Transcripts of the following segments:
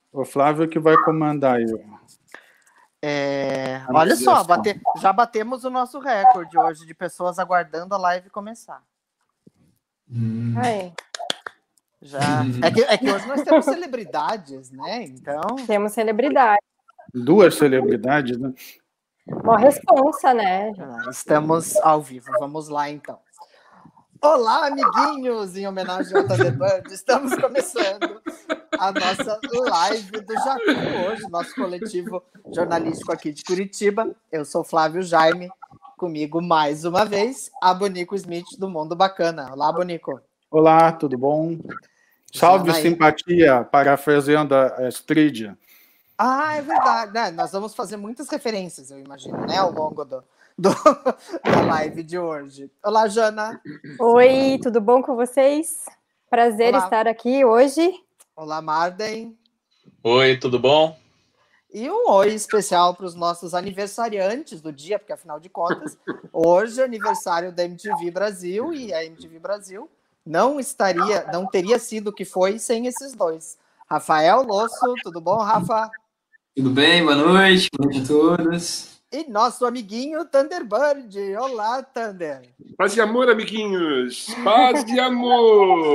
O Flávio que vai comandar aí. Olha só, já batemos o nosso recorde hoje de pessoas aguardando a live começar. É que hoje nós temos celebridades, né? Então... Temos celebridades. 2 celebridades, né? Uma responsa, né? Estamos ao vivo. Vamos lá, então. Olá, amiguinhos! Em homenagem ao Thunderbird, estamos começando a nossa live do Jacu hoje, nosso coletivo jornalístico aqui de Curitiba. Eu sou Flávio Jaime, comigo mais uma vez, a Bonico Smith do Mundo Bacana. Olá, Bonico. Olá, tudo bom? Salve simpatia, parafraseando a Astrid. É verdade. Né? Nós vamos fazer muitas referências, eu imagino, né, ao longo da live de hoje. Olá, Jana. Oi, tudo bom com vocês? Prazer estar aqui hoje. Olá, Marden. Oi, tudo bom? E um oi especial para os nossos aniversariantes do dia, porque, afinal de contas, hoje é aniversário da MTV Brasil, e a MTV Brasil não teria sido o que foi sem esses dois. Rafael Losso, tudo bom, Rafa? Tudo bem, boa noite a todos. E nosso amiguinho Thunderbird. Olá, Thunder. Paz e amor, amiguinhos. Paz e amor.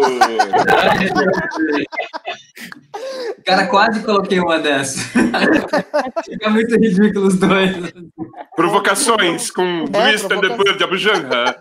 Cara, quase coloquei uma dessa. Fica muito ridículo os dois. Provocações com Luiz Thunderbird Abujanra.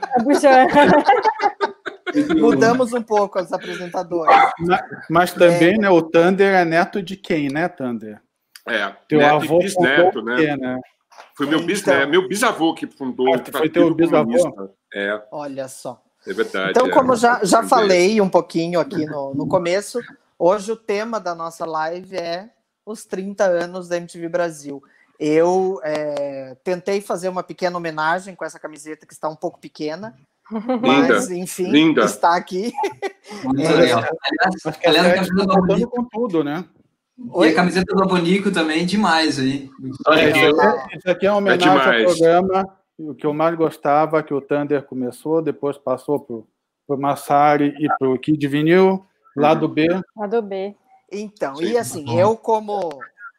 Mudamos um pouco os apresentadores. Mas também, né, o Thunder é neto de quem, né, Thunder? Teu neto avô e bisneto, né? Foi meu bisavô que fundou o Foi teu bisavô? Olha só. É verdade. Então, como já falei um pouquinho aqui no começo, hoje o tema da nossa live é os 30 anos da MTV Brasil. Eu tentei fazer uma pequena homenagem com essa camiseta que está um pouco pequena, mas, enfim, está aqui. Muito legal. Aliás, tá contando com tudo, né? E a camiseta do Abonico também, demais aí. Isso aqui é uma homenagem ao programa, o que eu mais gostava, que o Thunder começou, depois passou pro Massari e pro Kid Vinil, lado B. Lado B. Então, e assim, eu como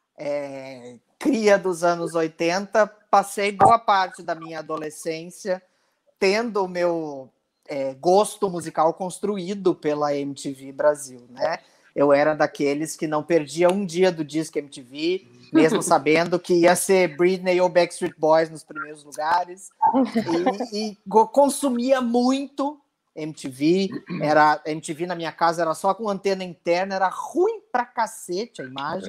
cria dos anos 80, passei boa parte da minha adolescência tendo o meu gosto musical construído pela MTV Brasil, né? Eu era daqueles que não perdia um dia do Disque MTV, mesmo sabendo que ia ser Britney ou Backstreet Boys nos primeiros lugares. E consumia muito MTV. MTV na minha casa era só com antena interna, era ruim pra cacete a imagem.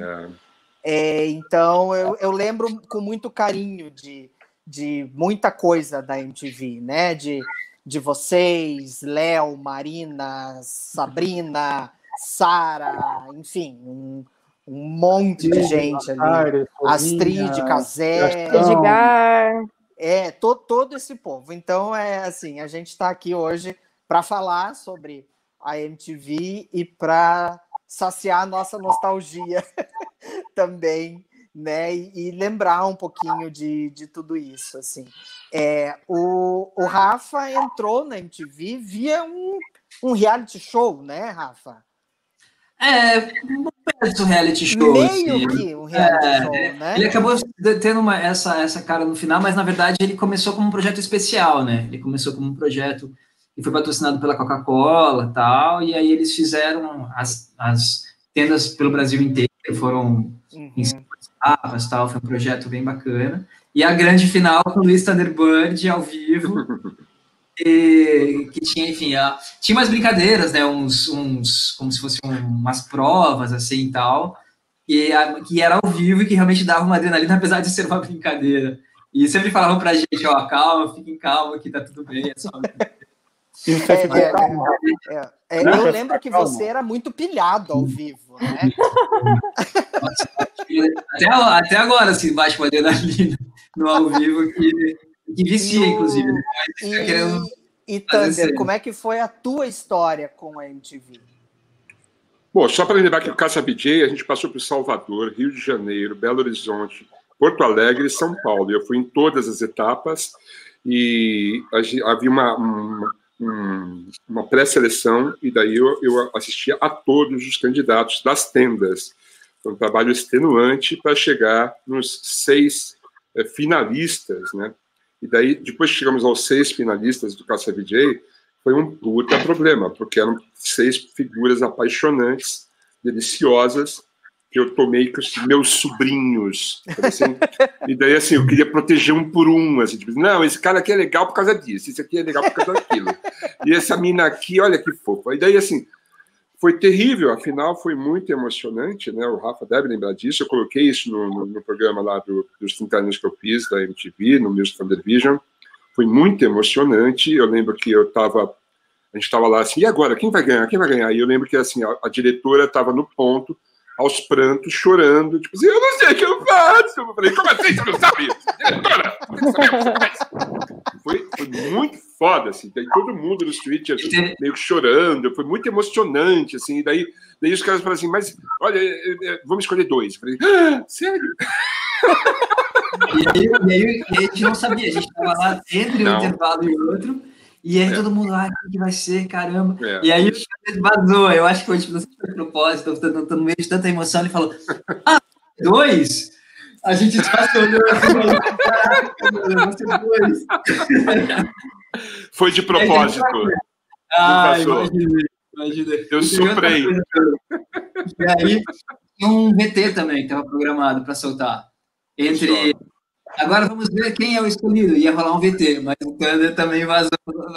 Então, eu lembro com muito carinho de muita coisa da MTV, né? De vocês, Léo, Marina, Sabrina, Sara, enfim, um monte de gente ali. Astrid, Cazé, Edgar. Todo esse povo. Então, assim, a gente está aqui hoje para falar sobre a MTV e para saciar a nossa nostalgia também, né? E lembrar um pouquinho de tudo isso, assim. O Rafa entrou na MTV via um reality show, né, Rafa? Um reality show. Meio que um reality show, né? Ele acabou tendo essa cara no final, mas na verdade ele começou como um projeto especial, né? Ele começou como um projeto que foi patrocinado pela Coca-Cola e tal, e aí eles fizeram as tendas pelo Brasil inteiro, foram em etapas, tal, foi um projeto bem bacana. E a grande final com o Luiz Thunderbird ao vivo. Que tinha, enfim, tinha umas brincadeiras, né, uns como se fossem umas provas, assim, e tal, que era ao vivo e que realmente dava uma adrenalina, apesar de ser uma brincadeira. E sempre falavam pra gente, calma, fiquem calma, que tá tudo bem, é só... Eu lembro que você era muito pilhado ao vivo, né? Até agora, assim, bate uma adrenalina no ao vivo que vicia, inclusive. E Thunder, como é que foi a tua história com a MTV? Bom, só para lembrar que o Casa BJ, a gente passou por Salvador, Rio de Janeiro, Belo Horizonte, Porto Alegre e São Paulo. Eu fui em todas as etapas e havia uma pré-seleção e daí eu assistia a todos os candidatos das tendas. Foi um trabalho extenuante para chegar nos 6 finalistas, né? E daí, depois que chegamos aos 6 finalistas do Caça VJ, foi um puta problema, porque eram 6 figuras apaixonantes, deliciosas, que eu tomei com os meus sobrinhos. Assim, e daí, assim, eu queria proteger um por um. Assim, tipo, não, esse cara aqui é legal por causa disso, esse aqui é legal por causa daquilo. E essa mina aqui, olha que fofa. E daí, assim, foi terrível, afinal, foi muito emocionante, né? O Rafa deve lembrar disso. Eu coloquei isso no programa lá dos 30 anos que eu fiz, da MTV, no Music from the Vision. Foi muito emocionante. Eu lembro que a gente estava lá assim, e agora? Quem vai ganhar? Quem vai ganhar? E eu lembro que assim, a diretora estava no ponto, aos prantos, chorando, tipo assim, eu não sei o que eu faço. Eu falei, como assim? Você não sabe? Diretora, foi muito foda, assim. Daí todo mundo nos Twitter meio que chorando, foi muito emocionante, assim. Daí os caras falaram assim, mas olha, vamos escolher 2. Eu falei, sério? E aí a gente não sabia, a gente estava lá entre um intervalo e o outro, e aí todo mundo lá, o que vai ser, caramba. E aí vazou, eu acho que foi tipo, não sei se foi propósito, eu tô no meio de tanta emoção, ele falou, 2? A gente só olhou assim, caraca, você 2. Foi de propósito. Imaginei. Eu suprei. E aí, tinha um VT também, que estava programado para soltar. Agora vamos ver quem é o escolhido. Ia rolar um VT, mas o Thunder também vazou.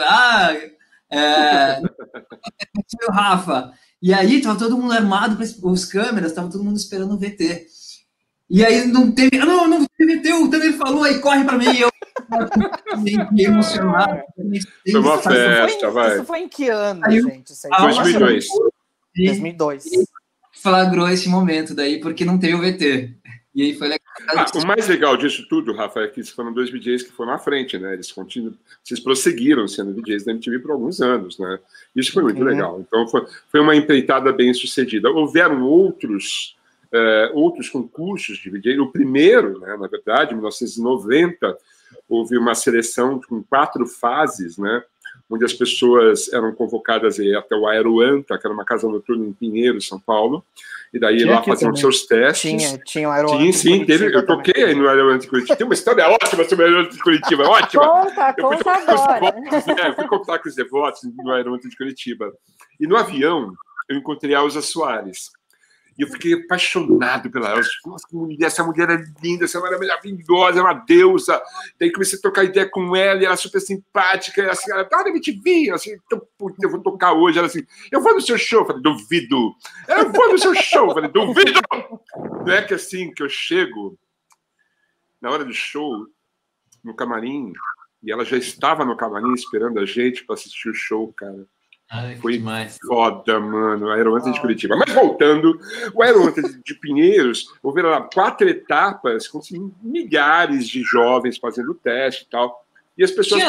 Foi o Rafa. E aí, estava todo mundo armado, os câmeras, estava todo mundo esperando o VT. E aí, não teve VT, o Thunder falou, aí corre para mim. E eu fiquei emocionado. Foi uma festa, vai. Isso foi em que ano, aí, gente? 2002. 2002. Flagrou esse momento daí, porque não teve o VT. E aí foi legal. O mais legal disso tudo, Rafa, é que foram 2 DJs que foram à frente, né? Vocês prosseguiram sendo DJs da MTV por alguns anos, né? Isso foi muito legal. Então, foi uma empreitada bem sucedida. Houveram outros concursos de DJ. O primeiro, né, na verdade, em 1990, houve uma seleção com 4 fases, né? Onde as pessoas eram convocadas até o Aeroanta, que era uma casa noturna em Pinheiro, São Paulo, e daí lá faziam seus testes. Tinha o Aeroanta. Sim, eu toquei aí no Aeroanta de Curitiba. Tem uma história ótima sobre o Aeroanta de Curitiba, ótima. Conta agora. Fui contar com os devotos no Aeroanta de Curitiba. E no avião, eu encontrei a Elza Soares. E eu fiquei apaixonado pela Elza. Nossa, essa mulher é linda, essa mulher é maravilhosa, é uma deusa. Daí comecei a trocar ideia com ela, e ela super simpática. E assim, ela tá na MTV, assim, eu vou tocar hoje. Ela assim, eu vou no seu show. Eu falei, duvido. Eu vou no seu show. Eu falei, duvido. Não é que assim, que eu chego na hora do show, no camarim, e ela já estava no camarim esperando a gente para assistir o show, cara. Foi demais. Foda, mano. O Aeroanta de Curitiba. Mas voltando, o Aeroanta de Pinheiros, houveram lá 4 etapas com assim, milhares de jovens fazendo o teste e tal. E as pessoas...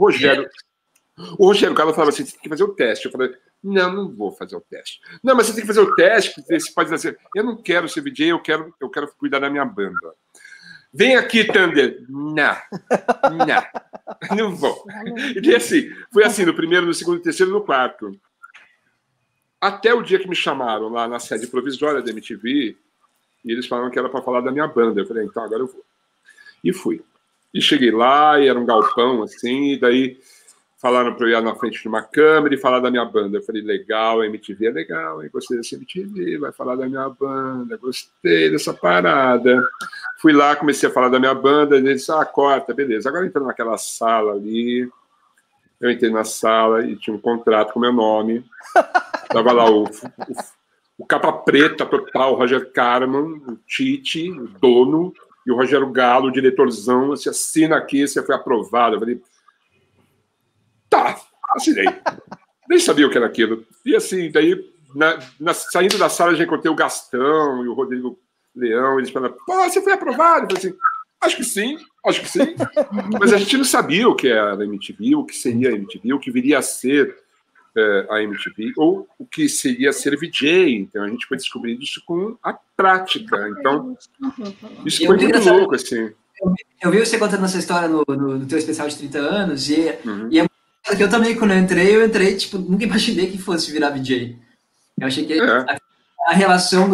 O Rogério Galo falava assim, você tem que fazer o teste. Eu falei, não vou fazer o teste. Não, mas você tem que fazer o teste, porque você pode dizer assim, eu não quero ser VJ, eu quero cuidar da minha banda. Vem aqui, Thunder. Não vou. E assim, foi assim, no primeiro, no segundo, no terceiro e no quarto. Até o dia que me chamaram lá na sede provisória da MTV, e eles falaram que era para falar da minha banda. Eu falei, então agora eu vou. E fui. E cheguei lá, e era um galpão, assim, e daí falaram para eu ir na frente de uma câmera e falar da minha banda. Eu falei, legal, a MTV é legal, hein? Gostei dessa MTV, vai falar da minha banda, gostei dessa parada. Fui lá, comecei a falar da minha banda, e ele disse, corta, beleza. Agora entrando naquela sala ali, eu entrei na sala e tinha um contrato com meu nome. Tava lá o capa preta total, o Roger Carman, o Tite, o dono, e o Rogério Galo, o diretorzão, você assina aqui, você foi aprovado. Eu falei, tá, assinei. Nem sabia o que era aquilo. E assim, daí, saindo da sala, já encontrei o Gastão e o Rodrigo Leão, eles falaram, você foi aprovado? Eu falei assim, acho que sim. Mas a gente não sabia o que era a MTV, o que seria a MTV, o que viria a ser a MTV, ou o que seria ser VJ. Então a gente foi descobrindo isso com a prática. Então, isso foi muito louco, assim. Eu vi você contando essa história no teu especial de 30 anos, e é que eu também, quando eu entrei, tipo, nunca imaginei que fosse virar VJ. Eu achei que a relação do Brasil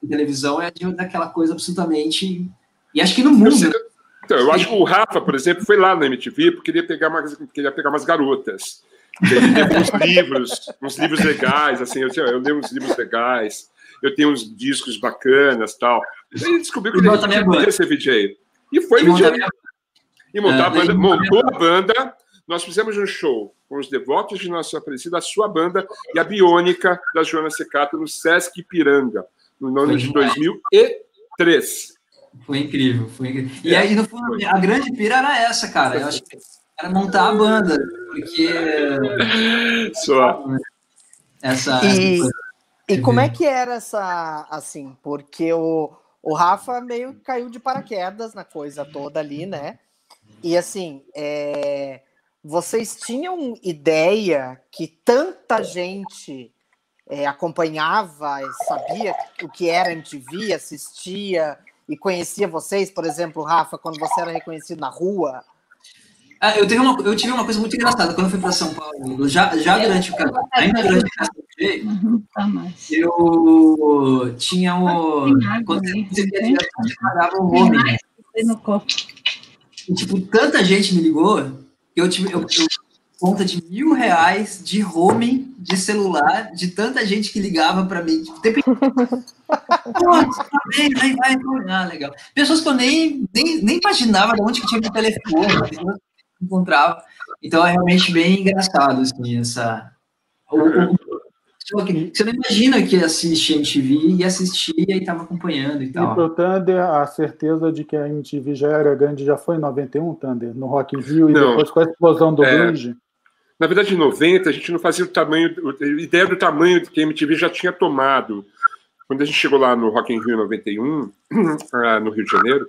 em televisão é daquela coisa absolutamente... E acho que no mundo... Então, eu acho que o Rafa, por exemplo, foi lá na MTV porque queria pegar umas garotas. Ele leu uns livros legais, assim, eu leio uns livros legais, eu tenho uns discos bacanas e tal. Ele descobriu que ele podia ser VJ. E foi VJ. E montou a banda. Nós fizemos um show com os Devotos de Nossa Aparecida, a sua banda, e a Biônica, da Joana Secato, no Sesc Ipiranga, no ano de 2003. Foi incrível, foi incrível. E aí, no fundo, a grande pira era essa, cara. Eu acho que era montar a banda, porque... E como é que era essa, assim, porque o Rafa meio caiu de paraquedas na coisa toda ali, né? E assim, vocês tinham ideia que tanta gente acompanhava, sabia o que era MTV, assistia e conhecia vocês, por exemplo, Rafa, quando você era reconhecido na rua? Eu tive uma coisa muito engraçada. Quando eu fui para São Paulo, já durante o canal, ainda durante o canal, eu tinha quando você pagava o home, né? E, tipo, tanta gente me ligou que eu conta de R$1.000 de home de celular de tanta gente que ligava para mim. Tipo, vai, legal. Pessoas que eu nem imaginava de onde que tinha meu telefone, encontrava. Então é realmente bem engraçado, assim, essa... Você não imagina que assiste MTV e assistia e estava acompanhando e tal. E pro Thunder, a certeza de que a MTV já era grande já foi em 91, Thunder? No Rock in Rio e depois com a explosão do grunge? Na verdade, em 90, a gente não fazia a ideia do tamanho que a MTV já tinha tomado. Quando a gente chegou lá no Rock in Rio em 91, no Rio de Janeiro,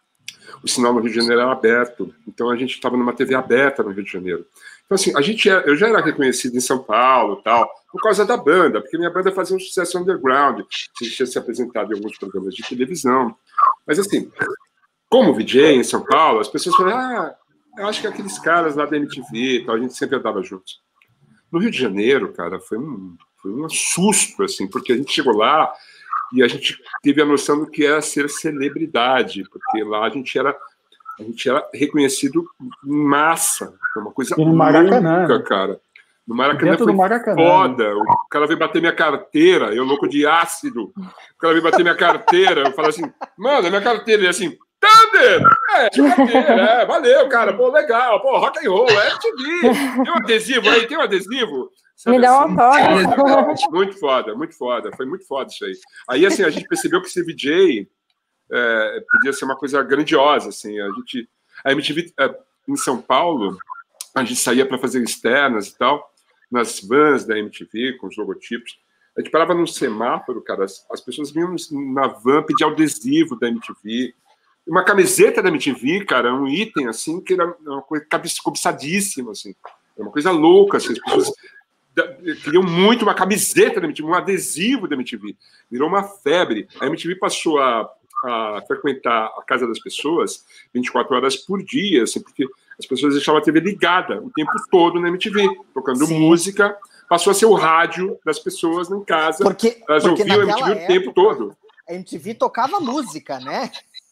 o sinal no Rio de Janeiro era aberto. Então, a gente estava numa TV aberta no Rio de Janeiro. Então, assim, eu já era reconhecido em São Paulo, tal, por causa da banda, porque minha banda fazia um sucesso underground. A gente tinha se apresentado em alguns programas de televisão. Mas, assim, como VJ em São Paulo, as pessoas falaram, eu acho que aqueles caras lá da MTV, tal, a gente sempre andava juntos. No Rio de Janeiro, cara, foi um susto, assim, porque a gente chegou lá e a gente teve a noção do que era ser celebridade, porque lá a gente era reconhecido em massa, é uma coisa louca, cara. No Maracanã Dentro foi do Maracanã, foda. O cara veio bater minha carteira, eu louco de ácido. O cara veio bater minha carteira, eu falo assim, mano, minha carteira, ele assim, Thunder! Carteira, valeu, cara, pô, legal, pô, rock and roll, MTV. Tem um adesivo aí, tem um adesivo? Sabe, me dá um autógrafo. Muito foda, foi muito foda isso aí. Aí, assim, a gente percebeu que ser VJ podia ser uma coisa grandiosa, assim, a MTV em São Paulo, a gente saía para fazer externas e tal, nas vans da MTV, com os logotipos, a gente parava num semáforo, cara, as pessoas vinham na van pedir adesivo da MTV, uma camiseta da MTV, cara, um item, assim, que era uma coisa cobiçadíssima, assim, era uma coisa louca, assim, as pessoas queriam muito uma camiseta da MTV, um adesivo da MTV, virou uma febre. A MTV passou a frequentar a casa das pessoas 24 horas por dia, assim, porque as pessoas deixavam a TV ligada o tempo todo na MTV, tocando música, passou a ser o rádio das pessoas em casa, elas ouviam a MTV o tempo todo. A MTV tocava música, né?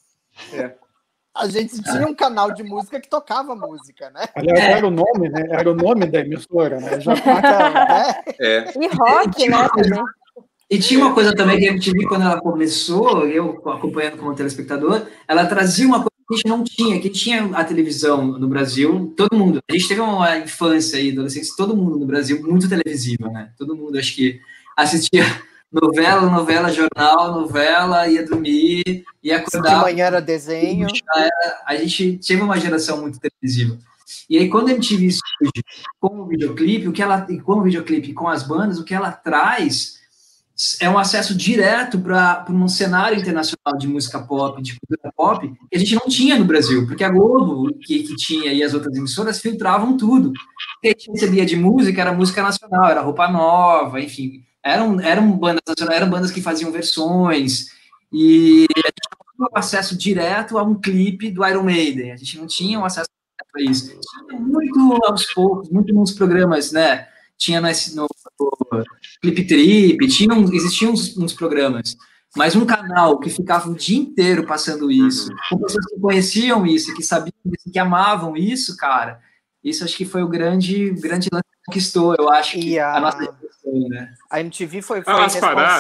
A gente tinha um canal de música que tocava música, né? Aliás, era o nome, né? Era o nome da emissora, né? Já... E rock, né, também. E tinha uma coisa também que a MTV, quando ela começou, eu acompanhando como telespectador, ela trazia uma coisa que a gente não tinha, que tinha a televisão no Brasil, todo mundo. A gente teve uma infância e adolescência, todo mundo no Brasil, muito televisiva, né? Todo mundo, acho que assistia novela, jornal, novela, ia dormir, ia acordar. De manhã era desenho. A gente teve uma geração muito televisiva. E aí, quando a MTV surge com o videoclipe, com as bandas, o que ela traz é um acesso direto para um cenário internacional de música pop, de cultura pop, que a gente não tinha no Brasil, porque a Globo, que tinha, e as outras emissoras, filtravam tudo. O que a gente recebia de música era música nacional, era Roupa Nova, enfim, eram bandas nacionais, eram bandas que faziam versões, e a gente não tinha acesso direto a um clipe do Iron Maiden, a gente não tinha um acesso direto a isso. Tinha muito aos poucos, muito nos programas, né? Tinha no Clip Trip, existiam uns programas. Mas um canal que ficava o dia inteiro passando isso, com pessoas que conheciam isso, que sabiam isso, que amavam isso, cara, isso acho que foi o grande lance que conquistou, eu acho, que a nossa geração, né? A MTV foi as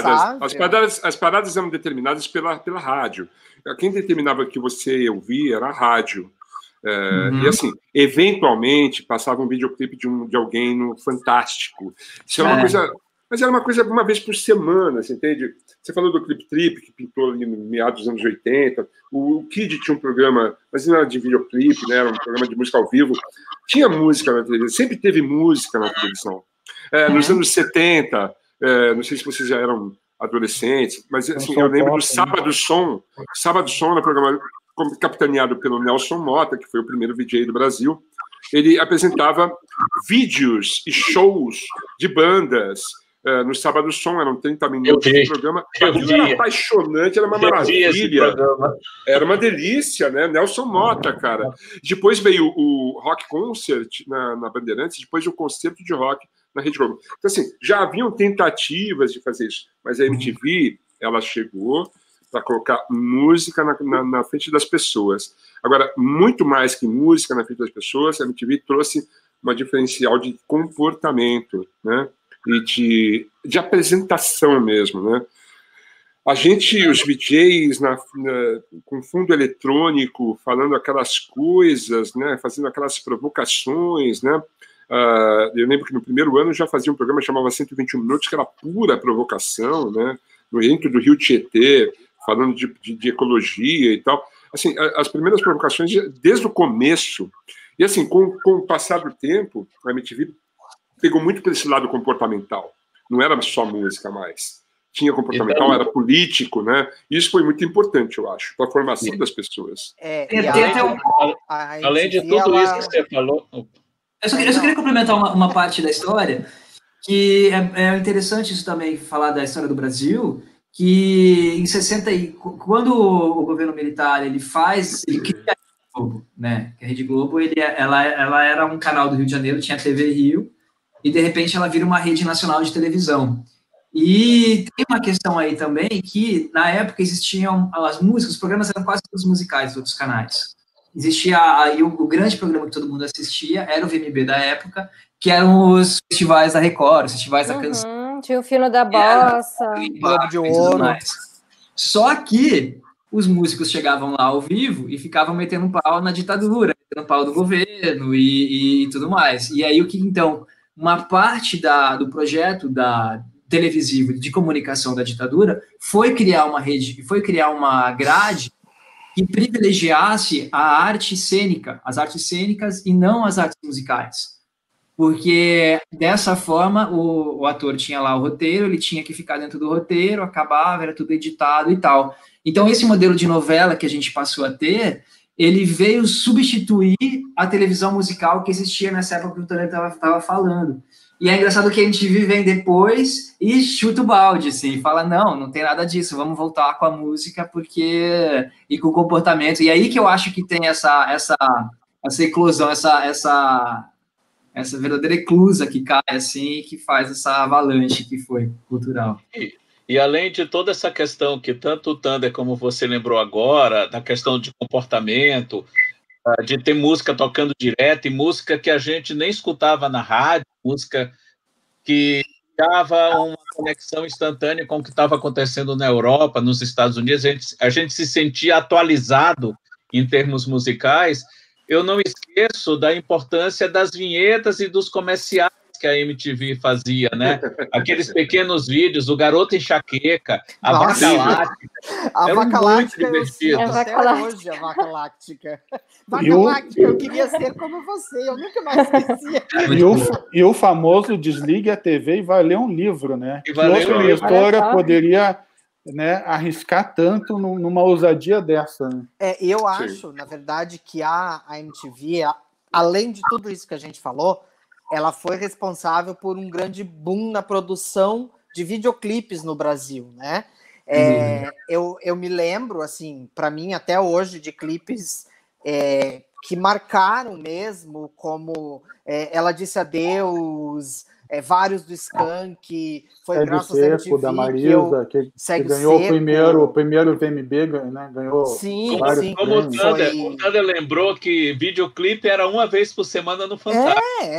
paradas eram determinadas pela rádio. Quem determinava que você ouvia era a rádio. E assim, eventualmente passava um videoclipe de alguém no Fantástico. Isso era uma coisa, mas era uma coisa uma vez por semana, você entende? Você falou do Clip Trip, que pintou ali no meados dos anos 80. O Kid tinha um programa, mas não era de videoclipe, né? Era um programa de música ao vivo. Tinha música na televisão, sempre teve música na televisão. Nos anos 70, não sei se vocês já eram adolescentes, mas assim, eu lembro do Sábado Som. Sábado Som era um programa capitaneado pelo Nelson Mota, que foi o primeiro VJ do Brasil. Ele apresentava vídeos e shows de bandas. No Sábado Som, eram 30 minutos de programa. Aquilo era apaixonante, era uma maravilha. Era uma delícia, né? Nelson Mota, cara. Depois veio o Rock Concert na Bandeirantes, depois o concerto de rock na Rede Globo. Então, assim, já haviam tentativas de fazer isso, mas a MTV, ela chegou para colocar música na frente das pessoas. Agora, muito mais que música na frente das pessoas, a MTV trouxe uma diferencial de comportamento, né? E de apresentação mesmo, né? A gente, os VJs com fundo eletrônico, falando aquelas coisas, né? Fazendo aquelas provocações, né? Eu lembro que no primeiro ano já fazia um programa que chamava 121 Minutos, que era pura provocação, né? No dentro do Rio Tietê, falando de ecologia e tal. Assim, as primeiras provocações desde o começo. E assim, com o passar do tempo, a MTV pegou muito para esse lado comportamental. Não era só música mais. Tinha comportamental, era político, né? Isso foi muito importante, eu acho, para a formação das pessoas. Além de tudo isso que você falou... Eu só queria complementar uma parte da história, que é interessante isso também, falar da história do Brasil, que em 60, quando o governo militar ele cria a Rede Globo, né? A Rede Globo ela era um canal do Rio de Janeiro, tinha a TV Rio, e de repente ela vira uma rede nacional de televisão. E tem uma questão aí também que, na época, existiam as músicas, os programas eram quase todos musicais dos outros canais. Existia aí o grande programa que todo mundo assistia, era o VMB da época, que eram os festivais da Record, os festivais da canção. Tinha o Fino da Bossa, Globo de Ouro. Só que os músicos chegavam lá ao vivo e ficavam metendo pau na ditadura, metendo pau do governo e tudo mais. E aí, então, uma parte do projeto televisivo de comunicação da ditadura foi criar uma rede, foi criar uma grade que privilegiasse a arte cênica, as artes cênicas e não as artes musicais. Porque, dessa forma, o ator tinha lá o roteiro, ele tinha que ficar dentro do roteiro, acabava, era tudo editado e tal. Então, esse modelo de novela que a gente passou a ter, ele veio substituir a televisão musical que existia nessa época que o Tânia estava falando. E é engraçado que a MTV vem depois e chuta o balde, assim, fala, não tem nada disso, vamos voltar com a música e com o comportamento. E aí que eu acho que tem essa eclosão, essa verdadeira eclusa que cai, assim, que faz essa avalanche que foi cultural. E além de toda essa questão que tanto o Thunder como você lembrou agora, da questão de comportamento, de ter música tocando direto, e música que a gente nem escutava na rádio, música que dava uma conexão instantânea com o que estava acontecendo na Europa, nos Estados Unidos, a gente se sentia atualizado em termos musicais. Eu não esqueço da importância das vinhetas e dos comerciais que a MTV fazia, né? Aqueles pequenos vídeos, o Garoto Enxaqueca, a Vaca Láctea. A Vaca Láctea, até hoje, a Vaca Láctea. Vaca Láctea, eu queria ser como você, eu nunca mais esquecia. E o famoso desligue a TV e vai ler um livro, né? Que outra emissora poderia, né, arriscar tanto numa ousadia dessa, né? Eu acho, na verdade, que a MTV, além de tudo isso que a gente falou, ela foi responsável por um grande boom na produção de videoclipes no Brasil, né? Eu me lembro, assim, para mim, até hoje, de clipes que marcaram mesmo, como Ela Disse Adeus, vários do Skank, foi Segue graças Seco, à MTV da Marisa, que ganhou o primeiro VMB, né? Ganhou vários prêmios. O Thunder lembrou que videoclipe era uma vez por semana no Fantástico.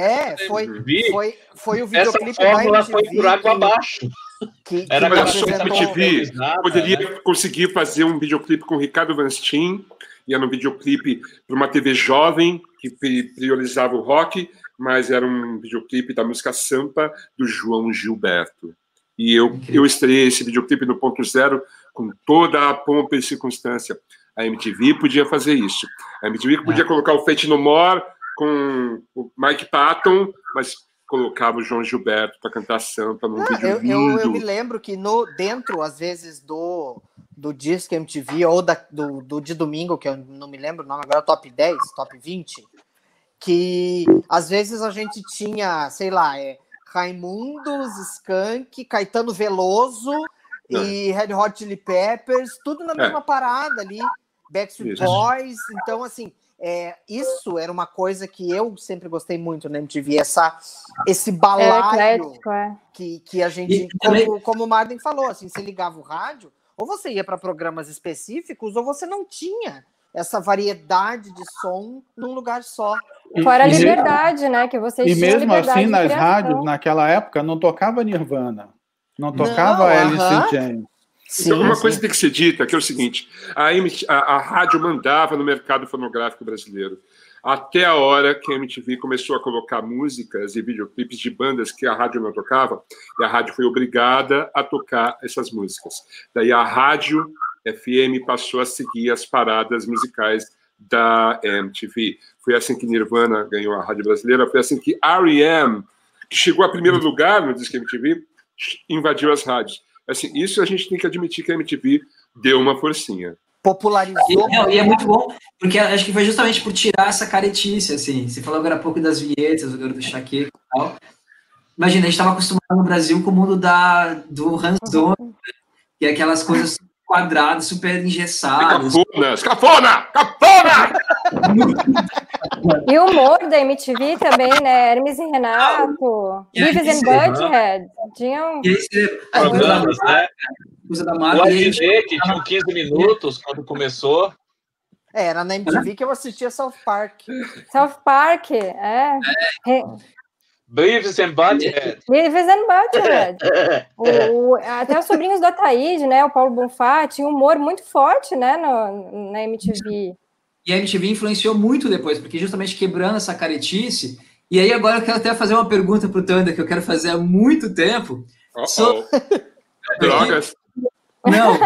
Foi o videoclipe da MTV. Essa fórmula foi por água abaixo. Olha só, a MTV poderia conseguir fazer um videoclipe com o Ricardo Van Steen, e era um videoclipe para uma TV jovem, que priorizava o rock, mas era um videoclipe da música Sampa, do João Gilberto. E eu estreiei esse videoclipe no Ponto Zero com toda a pompa e circunstância. A MTV podia fazer isso. A MTV podia colocar o Faith No More com o Mike Patton, mas colocava o João Gilberto para cantar Sampa num vídeo lindo. Eu me lembro que dentro, às vezes, do Disque MTV, ou do de domingo, que eu não me lembro o nome agora, Top 10, Top 20, que às vezes a gente tinha, sei lá, Raimundos, Skank, Caetano Veloso e Red Hot Chili Peppers, tudo na mesma parada ali, Backstreet Boys. Então, assim, isso era uma coisa que eu sempre gostei muito na MTV, esse balaio que a gente, como o Marden falou, assim, você ligava o rádio, ou você ia para programas específicos, ou você não tinha essa variedade de som num lugar só. Fora a liberdade, né? Que vocês tinham. E mesmo assim, nas rádios, naquela época, não tocava Nirvana, não tocava Alice in Chains. Então, uma coisa tem que ser dita, que é o seguinte: a rádio mandava no mercado fonográfico brasileiro, até a hora que a MTV começou a colocar músicas e videoclipes de bandas que a rádio não tocava, e a rádio foi obrigada a tocar essas músicas. Daí a rádio FM passou a seguir as paradas musicais da MTV. Foi assim que Nirvana ganhou a rádio brasileira, foi assim que R.E.M., que chegou a primeiro lugar no Disque MTV, invadiu as rádios. Assim, isso a gente tem que admitir que a MTV deu uma forcinha. Popularizou. E é muito bom, porque acho que foi justamente por tirar essa caretice, assim. Você falou agora há pouco das vinhetas, do Chaqueco e tal. Imagina, a gente estava acostumado no Brasil com o mundo do Hans Donner, que é aquelas coisas quadradas, super engessadas. Cafona! E o humor da MTV também, né? Hermes e Renato, Beavis and Butthead. Tinham... programas, né? O Adnet, que tinha 15 minutos quando começou. Era na MTV que eu assistia South Park. South Park, Beavis and Butthead. Beavis and Butthead. Até os sobrinhos do Ataíde, né? O Paulo Bonfá, tinha um humor muito forte, né? Na MTV. E a MTV influenciou muito depois, porque justamente quebrando essa caretice. E aí agora eu quero até fazer uma pergunta pro Thunder, que eu quero fazer há muito tempo. Drogas. Não.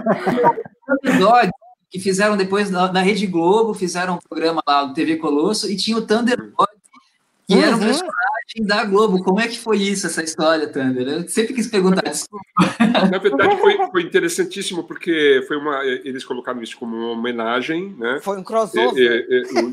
Dog, que fizeram depois na Rede Globo, fizeram um programa lá do TV Colosso, e tinha o Thunder Dog, que era um personagem da Globo. Como é que foi isso, essa história, Thunder? Eu sempre quis perguntar isso. Na verdade, foi interessantíssimo, porque eles colocaram isso como uma homenagem, né? Foi um crossover.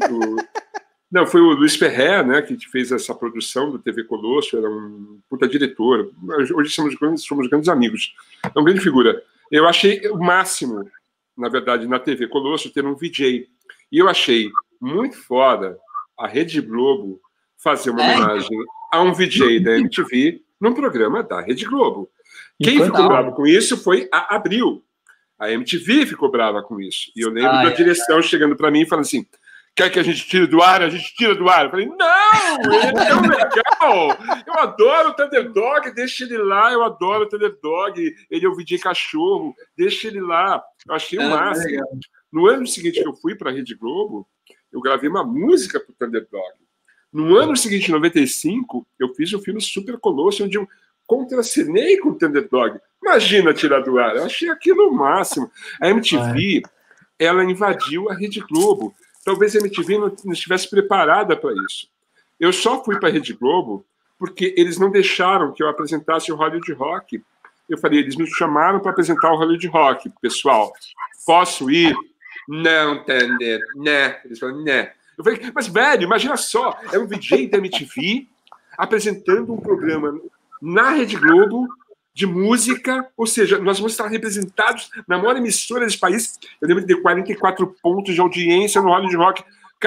Não, foi o Luiz Ferrer, né, que fez essa produção do TV Colosso, era um puta diretor. Hoje somos grandes amigos. É uma grande figura. Eu achei o máximo, na verdade, na TV Colosso, ter um VJ. E eu achei muito foda a Rede Globo fazer uma homenagem a um VJ da MTV num programa da Rede Globo. Quem ficou bravo com isso foi a Abril. A MTV ficou brava com isso. E eu lembro da direção chegando para mim e falando assim: quer que a gente tire do ar? A gente tira do ar. Eu falei, não, ele é tão legal. Eu adoro o Thunder Dog, deixa ele lá. Eu adoro o Thunder Dog. Ele é o VJ Cachorro, deixa ele lá. Eu achei o máximo. No ano seguinte que eu fui para a Rede Globo, eu gravei uma música para o Thunder Dog. No ano seguinte, em 95, eu fiz um filme Super Colosso, onde eu contracenei com o Thunder Dog. Imagina tirar do ar. Eu achei aquilo o máximo. A MTV, ela invadiu a Rede Globo. Talvez a MTV não estivesse preparada para isso. Eu só fui para a Rede Globo porque eles não deixaram que eu apresentasse o Hollywood Rock. Eu falei, eles me chamaram para apresentar o Hollywood Rock. Pessoal, posso ir? Não, Thunder, né? Eles falaram, né. Eu falei, mas velho, imagina só, é um VJ da MTV apresentando um programa na Rede Globo de música, ou seja, nós vamos estar representados na maior emissora desse país. Eu lembro de ter 44 pontos de audiência no Hollywood Rock. Cara,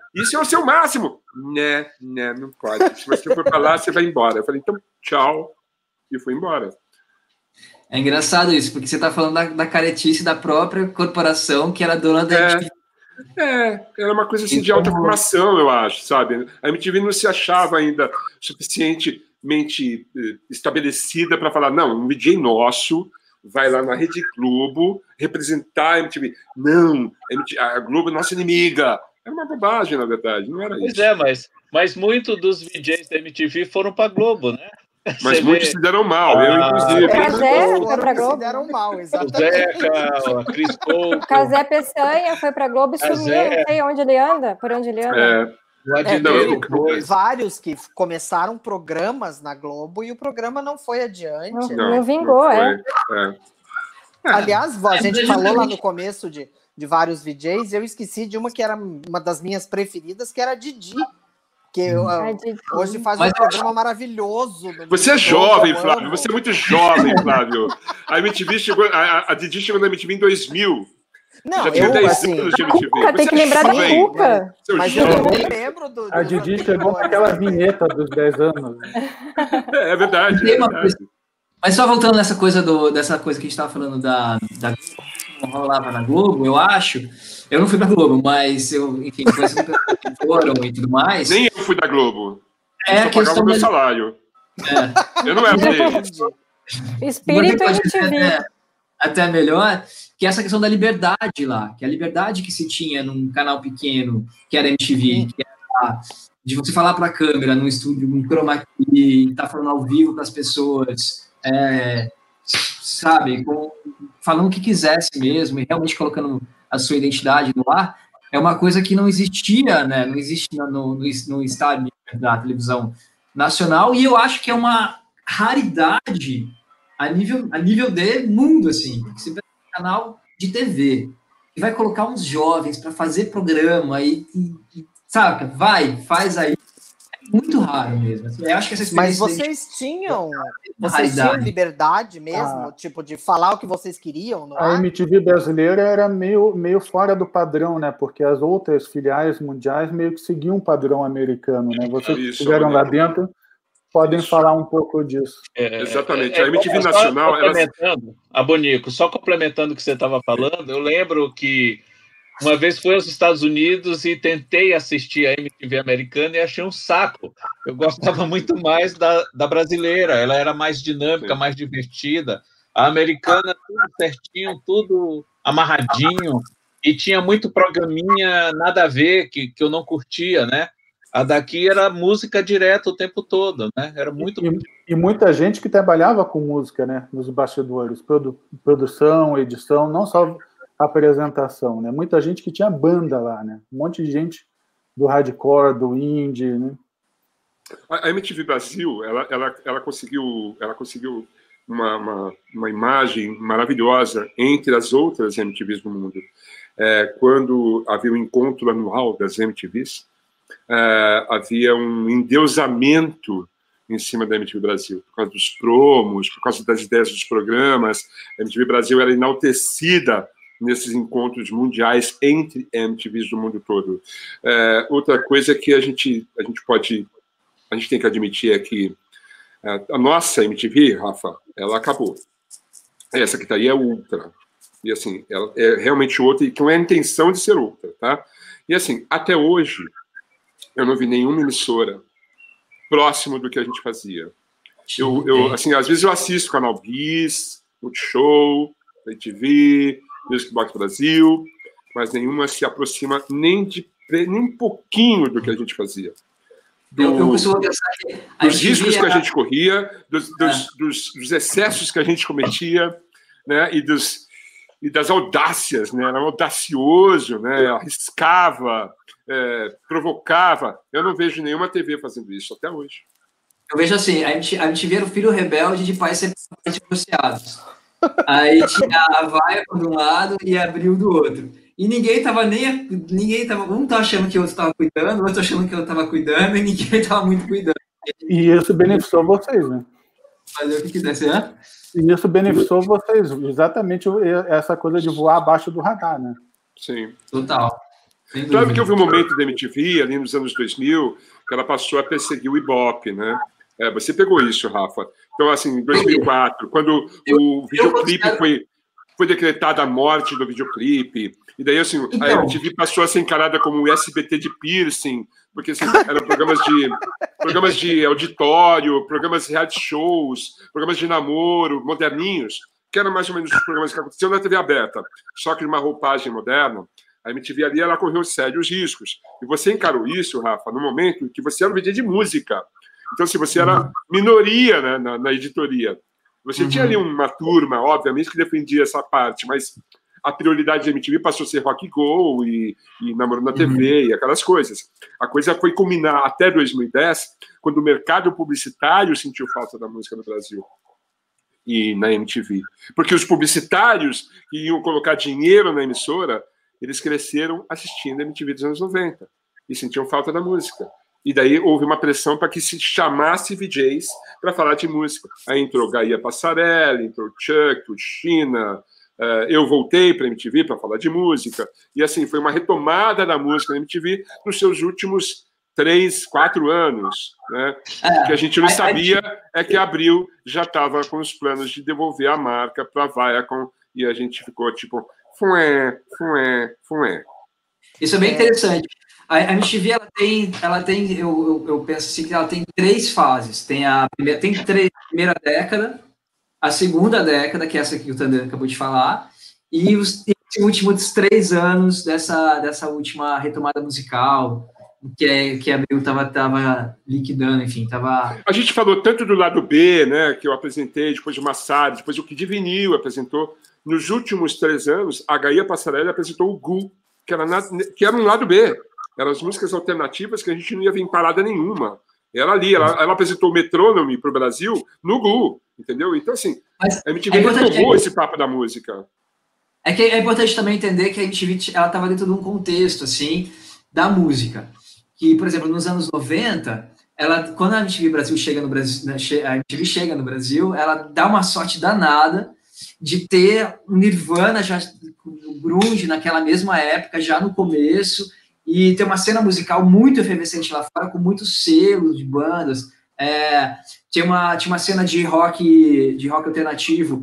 isso é o seu máximo. Não pode. Se você for para lá, você vai embora. Eu falei, então, tchau. E fui embora. É engraçado isso, porque você está falando da caretice da própria corporação que era dona da MTV. Era uma coisa assim de alta formação, eu acho, sabe? A MTV não se achava ainda suficientemente estabelecida para falar, não, um DJ nosso vai lá na Rede Globo representar a MTV. Não, a Globo é nossa inimiga. Era uma bobagem, na verdade, não era isso. Pois é, mas muitos dos DJs da MTV foram para a Globo, né? Mas muitos se deram mal, eu inclusive. O Cazé foi para Globo. Se deram mal, exatamente. O Zeca, a Cris Couto. O Cazé Peçanha foi para Globo e sumiu, não sei onde ele anda, por onde ele anda. Vários que começaram programas na Globo e o programa não foi adiante. Não vingou, Aliás, a gente falou lá no começo de vários DJs, eu esqueci de uma que era uma das minhas preferidas, que era a Didi. Que hoje faz um programa maravilhoso. Você é jovem, Flávio. Você é muito jovem, Flávio. A MTV chegou, a Didi chegou na MTV em 2000. Não, já tinha 10 anos de MTV. Cuca, tem que lembrar da Cuca. Mas eu não lembro do... A Didi chegou com aquela vinheta dos 10 anos. É verdade. Mas só voltando nessa coisa dessa coisa que a gente estava falando da não rolava na Globo, eu acho. Eu não fui pra Globo, mas eu, enfim, conheci pessoas que foram e tudo mais. Nem eu fui da Globo. É eu só pagava o meu salário. Eu não era deles. Espírito MTV. Até melhor, que é essa questão da liberdade lá, que é a liberdade que se tinha num canal pequeno, que era MTV, que era de você falar para a câmera num estúdio, num chroma key, tá falando ao vivo para as pessoas, sabe, falando o que quisesse mesmo, e realmente colocando a sua identidade no ar, é uma coisa que não existia, né? Não existe no estádio da televisão nacional, e eu acho que é uma raridade a nível de mundo, assim, porque você vê um canal de TV que vai colocar uns jovens para fazer programa e sabe, faz aí. É muito raro mesmo. Assim, eu acho que essa experiência. Mas vocês tinham liberdade mesmo, tipo, de falar o que vocês queriam, não é? A MTV brasileira era meio fora do padrão, né? Porque as outras filiais mundiais meio que seguiam um padrão americano, né? Vocês que estiveram lá dentro podem falar um pouco disso. Exatamente. A MTV Nacional... Bonico, só complementando o que você estava falando, eu lembro que uma vez fui aos Estados Unidos e tentei assistir a MTV americana e achei um saco. Eu gostava muito mais da brasileira, ela era mais dinâmica, mais divertida. A americana, tudo certinho, tudo amarradinho, e tinha muito programinha nada a ver, que eu não curtia, né? A daqui era música direto o tempo todo, né? Era muito... E muita gente que trabalhava com música, né? Nos bastidores, produção, edição, não só apresentação, né? Muita gente que tinha banda lá, né? Um monte de gente do hardcore, do indie, né? A MTV Brasil, ela conseguiu uma imagem maravilhosa entre as outras MTVs do mundo. Quando havia o encontro anual das MTVs, havia um endeusamento em cima da MTV Brasil, por causa dos promos, por causa das ideias dos programas. A MTV Brasil era enaltecida nesses encontros mundiais entre MTVs do mundo todo. Outra coisa que a gente tem que admitir é que a nossa MTV, Rafa, ela acabou. Essa que está aí é ultra. E assim, ela é realmente outra, e que não é a intenção de ser outra, tá? E assim, até hoje, eu não vi nenhuma emissora próximo do que a gente fazia. Assim, às vezes eu assisto o Canal Bis, Multishow, MTV, Music Box Brasil, mas nenhuma se aproxima nem um pouquinho do que a gente fazia. Dos riscos que a gente corria, dos excessos que a gente cometia, né, e das audácias, né? Era audacioso, né? Arriscava, provocava. Eu não vejo nenhuma TV fazendo isso até hoje. Eu vejo assim, a gente vira o filho rebelde de pais separadamente divorciados. Aí tinha a vaia por um lado e a Abril do outro. E ninguém tava um tá achando que o outro tava cuidando, o outro achando que eu tava cuidando, e ninguém tava muito cuidando. E isso beneficiou vocês, né? Fazer o que quisesse, né? E isso beneficiou vocês, exatamente essa coisa de voar abaixo do radar, né? Sim. Total. Claro que houve um momento da MTV, ali nos anos 2000, que ela passou a perseguir o Ibope, né? Você pegou isso, Rafa. Então, assim, em 2004, quando o videoclipe foi decretada a morte do videoclipe, e daí, assim, a MTV passou a ser encarada como o SBT de piercing, porque assim, eram programas de auditório, programas de reality shows, programas de namoro, moderninhos, que eram mais ou menos os programas que aconteciam na TV aberta, só que de uma roupagem moderna. A MTV ali, ela correu sérios riscos. E você encarou isso, Rafa, no momento em que você era um VJ de música. Então, se você era minoria, né, na editoria, você tinha ali uma turma, obviamente, que defendia essa parte, mas a prioridade da MTV passou a ser Rock Go e Namoro na TV e aquelas coisas. A coisa foi culminar até 2010, quando o mercado publicitário sentiu falta da música no Brasil e na MTV. Porque os publicitários que iam colocar dinheiro na emissora, eles cresceram assistindo a MTV dos anos 90 e sentiam falta da música. E daí houve uma pressão para que se chamasse VJs para falar de música. Aí entrou Gaia Passarelli, entrou Chuck, o China. Eu voltei para a MTV para falar de música. E assim, foi uma retomada da música na MTV nos seus últimos 3, 4 anos. Né? O que a gente não sabia é que Abril já estava com os planos de devolver a marca para a Viacom e a gente ficou tipo... Fué. Isso é bem interessante. A MTV, ela tem, eu penso assim, que ela tem 3 fases. Tem a primeira década, a segunda década, que é essa que o Thunder acabou de falar, e os últimos 3 anos dessa última retomada musical, que a Abril estava liquidando, enfim, estava... A gente falou tanto do lado B, né, que eu apresentei, depois de Massari, depois o Kid Vinil apresentou. Nos últimos 3 anos, a Gaia Passarelli apresentou o GU, que era um lado B. Eram as músicas alternativas que a gente não ia ver em parada nenhuma. Era ali, ela apresentou o Metrônome para o Brasil no GU, entendeu? Então, assim, a MTV retomou esse papo da música. É que é importante também entender que a MTV estava dentro de um contexto, assim, da música. Que, por exemplo, nos anos 90, quando a MTV Brasil chega no Brasil, ela dá uma sorte danada de ter um Nirvana, já o grunge naquela mesma época, já no começo, e ter uma cena musical muito efervescente lá fora, com muitos selos de bandas. Tinha uma cena de rock alternativo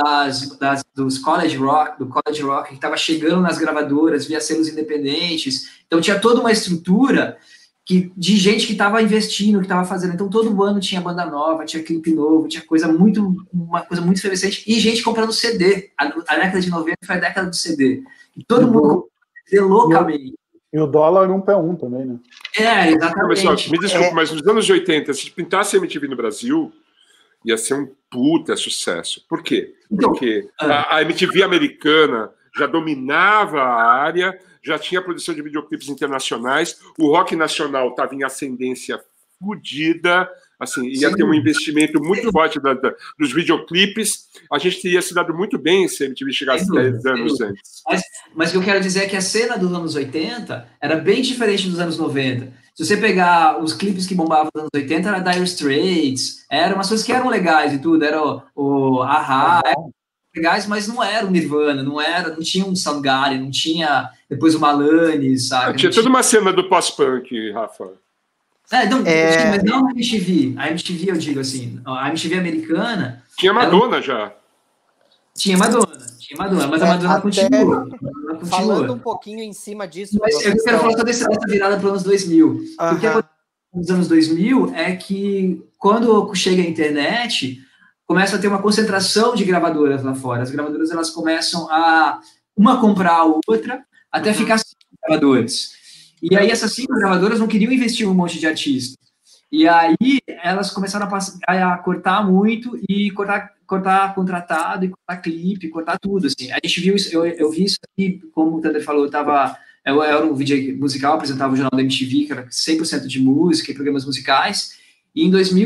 dos college rock, que estava chegando nas gravadoras via selos independentes. Então tinha toda uma estrutura de gente que estava investindo, que estava fazendo. Então todo ano tinha banda nova, tinha clipe novo, tinha uma coisa muito efervescente, e gente comprando CD. A década de 90 foi a década do CD. E todo mundo comprou CD loucamente. E o dólar 1 para 1 também, né? Exatamente. Mas, me desculpe, mas nos anos 80, se pintasse a MTV no Brasil, ia ser um puta sucesso. Por quê? Porque a MTV americana já dominava a área, já tinha produção de videoclipes internacionais, o rock nacional estava em ascendência fodida, assim, ia ter um investimento muito forte dos videoclipes. A gente teria se dado muito bem se a MTV chegasse 10 anos antes. Mas o que eu quero dizer é que a cena dos anos 80 era bem diferente dos anos 90. Se você pegar os clipes que bombavam nos anos 80, era Dire Straits, eram umas coisas que eram legais e tudo, era o A-ha, legais, mas não era o Nirvana, não tinha um Soundgarden, não tinha depois o Malanis, sabe? Tinha toda uma cena do pós-punk, Rafa. Mas não a MTV. A MTV, eu digo assim, a MTV americana... Tinha Madonna já. Tinha Madonna, mas a Madonna continua. Falando um pouquinho em cima disso... Mas eu quero falar toda essa virada para os anos 2000. O que aconteceu nos anos 2000 é que, quando chega a internet, começa a ter uma concentração de gravadoras lá fora. As gravadoras, elas começam a uma comprar a outra, até ficar 5 gravadores. E aí essas 5 gravadoras não queriam investir em um monte de artistas. E aí elas começaram a cortar muito e cortar contratado, e cortar clipe, cortar tudo, assim. A gente viu isso, eu vi isso aqui, como o Thunder falou, eu era um vídeo musical, apresentava o jornal da MTV, que era 100% de música e programas musicais, e em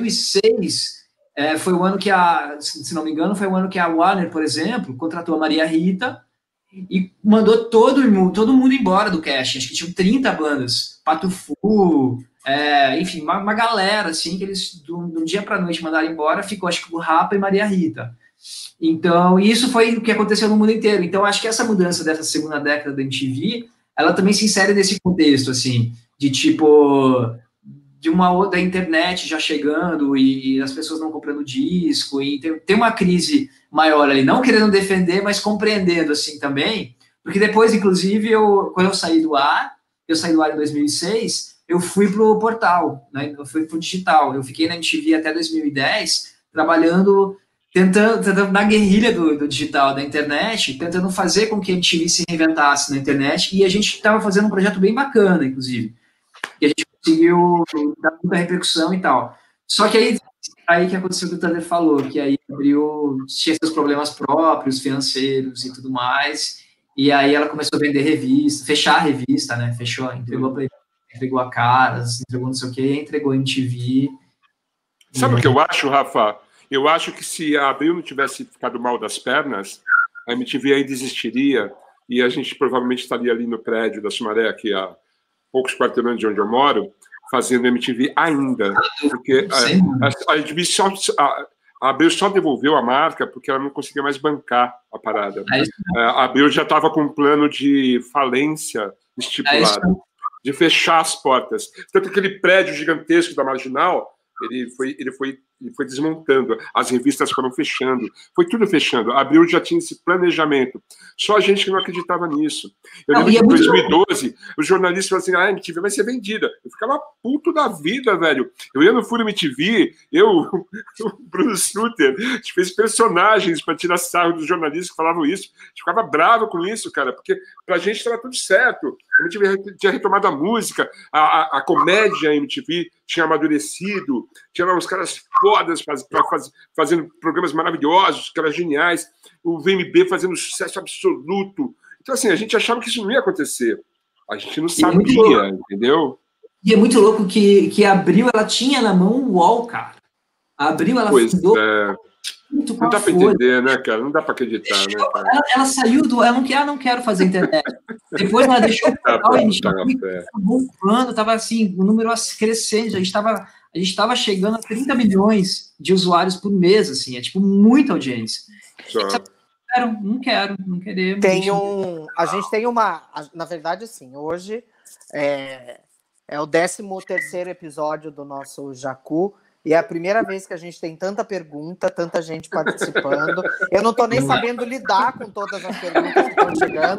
2006 foi o ano que se não me engano, foi o ano que a Warner, por exemplo, contratou a Maria Rita e mandou todo mundo embora do casting. Acho que tinham 30 bandas, Pato Fu, enfim, uma galera, assim, que eles, de um dia para a noite, mandaram embora. Ficou, acho que, o Rapa e Maria Rita. Então, isso foi o que aconteceu no mundo inteiro. Então, acho que essa mudança dessa segunda década da MTV, ela também se insere nesse contexto, assim, de tipo, de uma outra internet já chegando e as pessoas não comprando disco, e tem uma crise maior ali, não querendo defender, mas compreendendo, assim, também, porque depois, inclusive, quando eu saí do ar em 2006, eu fui pro portal, né, eu fui pro digital, eu fiquei na MTV até 2010, trabalhando, tentando na guerrilha do digital, da internet, tentando fazer com que a MTV se reinventasse na internet, e a gente estava fazendo um projeto bem bacana, inclusive, e a gente conseguiu dar muita repercussão e tal. Só que aí que aconteceu o que o Thunder falou, que aí tinha seus problemas próprios, financeiros e tudo mais, e aí ela começou a vender revista, fechar a revista, né, entregou a Caras, entregou não sei o que, e entregou a MTV. Sabe o que eu acho, Rafa? Eu acho que se a Abril não tivesse ficado mal das pernas, a MTV ainda existiria e a gente provavelmente estaria ali no prédio da Sumaré, aqui a poucos quarteirões de onde eu moro, fazendo MTV ainda. Porque a MTV a Abril só devolveu a marca porque ela não conseguia mais bancar a parada. A Abril já estava com um plano de falência estipulado, de fechar as portas. Tanto que aquele prédio gigantesco da Marginal, ele foi desmontando, as revistas foram fechando, foi tudo fechando. A Abril já tinha esse planejamento. Só a gente que não acreditava nisso. Eu lembro que em 2012, os jornalistas falaram assim, a MTV vai ser vendida. Eu ficava puto da vida, velho. Eu ia no Furo MTV, o Bruno Sutter, a gente fez personagens para tirar sarro dos jornalistas que falavam isso. A gente ficava bravo com isso, cara, porque pra gente estava tudo certo. A MTV tinha retomado a música, a comédia MTV tinha amadurecido, tinha uns caras fodas fazendo programas maravilhosos, caras geniais, o VMB fazendo sucesso absoluto. Então, assim, a gente achava que isso não ia acontecer. A gente não sabia, entendeu? E é muito louco que a Abril, ela tinha na mão o UOL, cara. A Abril, ela fundou... Muito não dá para entender, né, cara? Não dá para acreditar, né, cara? Ela saiu do... Ela não quero fazer internet. Depois ela deixou o portal e bombando, tava assim, o número crescendo. A gente estava chegando a 30 milhões de usuários por mês, assim, é tipo muita audiência. Não queremos. A gente tem uma... Na verdade, assim, hoje é o 13º episódio do nosso Jacu, e é a primeira vez que a gente tem tanta pergunta, tanta gente participando. Eu não estou nem sabendo lidar com todas as perguntas que estão chegando.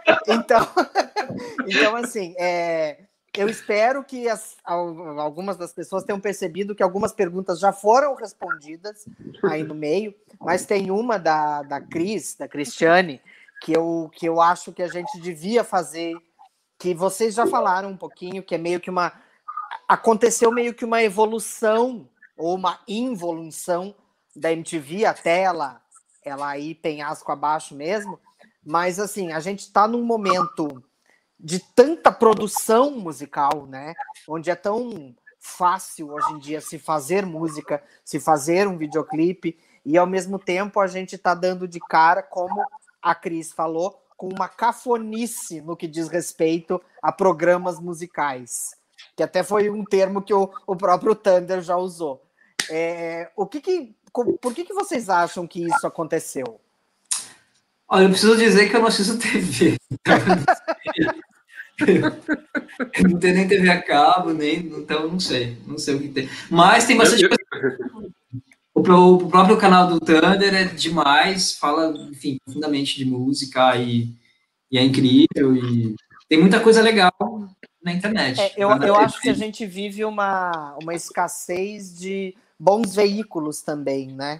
Então assim, eu espero que algumas das pessoas tenham percebido que algumas perguntas já foram respondidas aí no meio, mas tem uma da Cristiane, que eu acho que a gente devia fazer, que vocês já falaram um pouquinho, que é meio que aconteceu meio que uma evolução ou uma involução da MTV até ela ir penhasco abaixo mesmo, mas assim, a gente está num momento de tanta produção musical, né, onde é tão fácil hoje em dia se fazer música, se fazer um videoclipe, e ao mesmo tempo a gente está dando de cara, como a Cris falou, com uma cafonice no que diz respeito a programas musicais, que até foi um termo que o próprio Thunder já usou. Por que vocês acham que isso aconteceu? Olha, eu preciso dizer que eu não assisto TV. Eu não tenho nem TV a cabo, então não sei o que tem. Mas tem bastante coisa. O próprio canal do Thunder é demais, fala, enfim, profundamente de música e é incrível, e tem muita coisa legal na internet. Eu acho que a gente vive uma escassez de bons veículos também, né?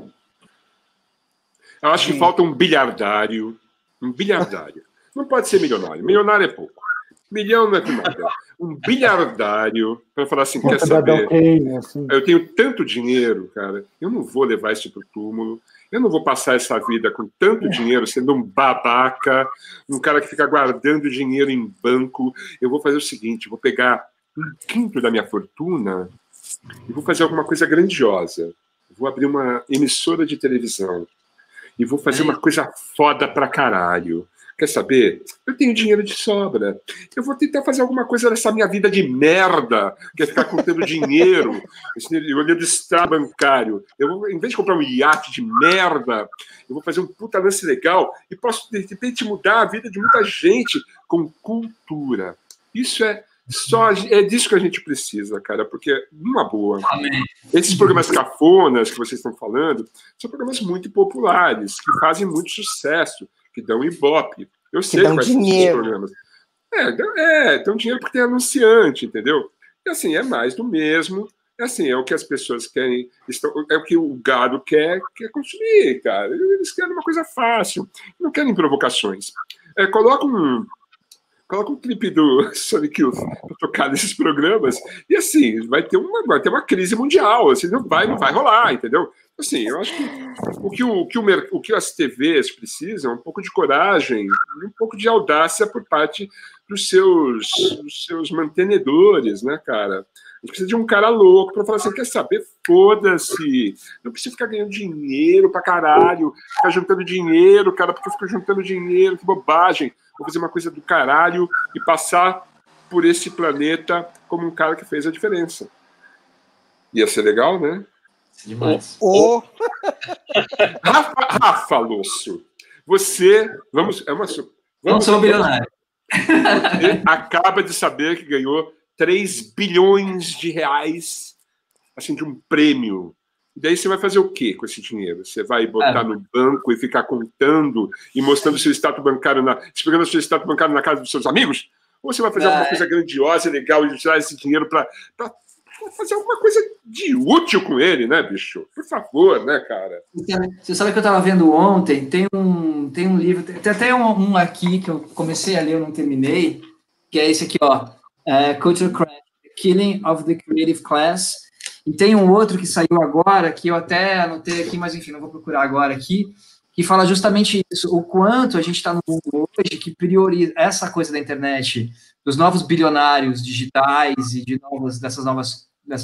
Eu acho que falta um bilhardário. Não pode ser milionário. Milionário é pouco. Milhão não é nada. Um bilhardário para falar assim, quer saber? Eu tenho tanto dinheiro, cara, eu não vou levar isso pro túmulo. Eu não vou passar essa vida com tanto dinheiro, sendo um babaca, um cara que fica guardando dinheiro em banco. Eu vou fazer o seguinte, vou pegar 1/5 da minha fortuna e vou fazer alguma coisa grandiosa. Vou abrir uma emissora de televisão e vou fazer uma coisa foda pra caralho. quer saber? Eu tenho dinheiro de sobra. Eu vou tentar fazer alguma coisa nessa minha vida de merda, que é ficar contando dinheiro, olhando extrato bancário. Eu vou, em vez de comprar um iate de merda, eu vou fazer um puta lance legal e posso, de repente, mudar a vida de muita gente com cultura. Isso é disso que a gente precisa, cara, porque, numa boa, esses programas cafonas que vocês estão falando são programas muito populares, que fazem muito sucesso, que dão ibope. Eu sei quais são esses programas. Dão dinheiro porque tem anunciante, entendeu? E assim, é mais do mesmo. É o que as pessoas querem, é o que o gado quer consumir, cara. Eles querem uma coisa fácil, não querem provocações. Coloca um clipe do Sonic Youth para tocar nesses programas e, assim, vai ter uma crise mundial, assim, não vai rolar, entendeu? Assim, eu acho que o que as TVs precisam é um pouco de coragem e um pouco de audácia por parte dos seus mantenedores, né, cara? A gente precisa de um cara louco para falar assim, quer saber? Foda-se. Não precisa ficar ganhando dinheiro pra caralho, ficar juntando dinheiro, cara, porque eu fico juntando dinheiro, que bobagem. Vou fazer uma coisa do caralho e passar por esse planeta como um cara que fez a diferença. Ia ser legal, né? Demais. Rafa Losso, você... Vamos ser um bilionário. Você acaba de saber que ganhou 3 bilhões de reais, assim, de um prêmio. E daí você vai fazer o quê com esse dinheiro? Você vai botar no banco e ficar contando e mostrando seu extrato bancário, esperando o seu extrato bancário na casa dos seus amigos? Ou você vai fazer alguma coisa grandiosa e legal e tirar esse dinheiro para fazer alguma coisa de útil com ele, né, bicho? Por favor, né, cara? Você sabe que eu estava vendo ontem, tem um livro, tem até um aqui que eu comecei a ler, eu não terminei, que é esse aqui, ó. Culture Crash, Killing of the Creative Class, e tem um outro que saiu agora, que eu até anotei aqui, mas enfim, não vou procurar agora aqui, que fala justamente isso, o quanto a gente está no mundo hoje que prioriza essa coisa da internet, dos novos bilionários digitais e dessas novas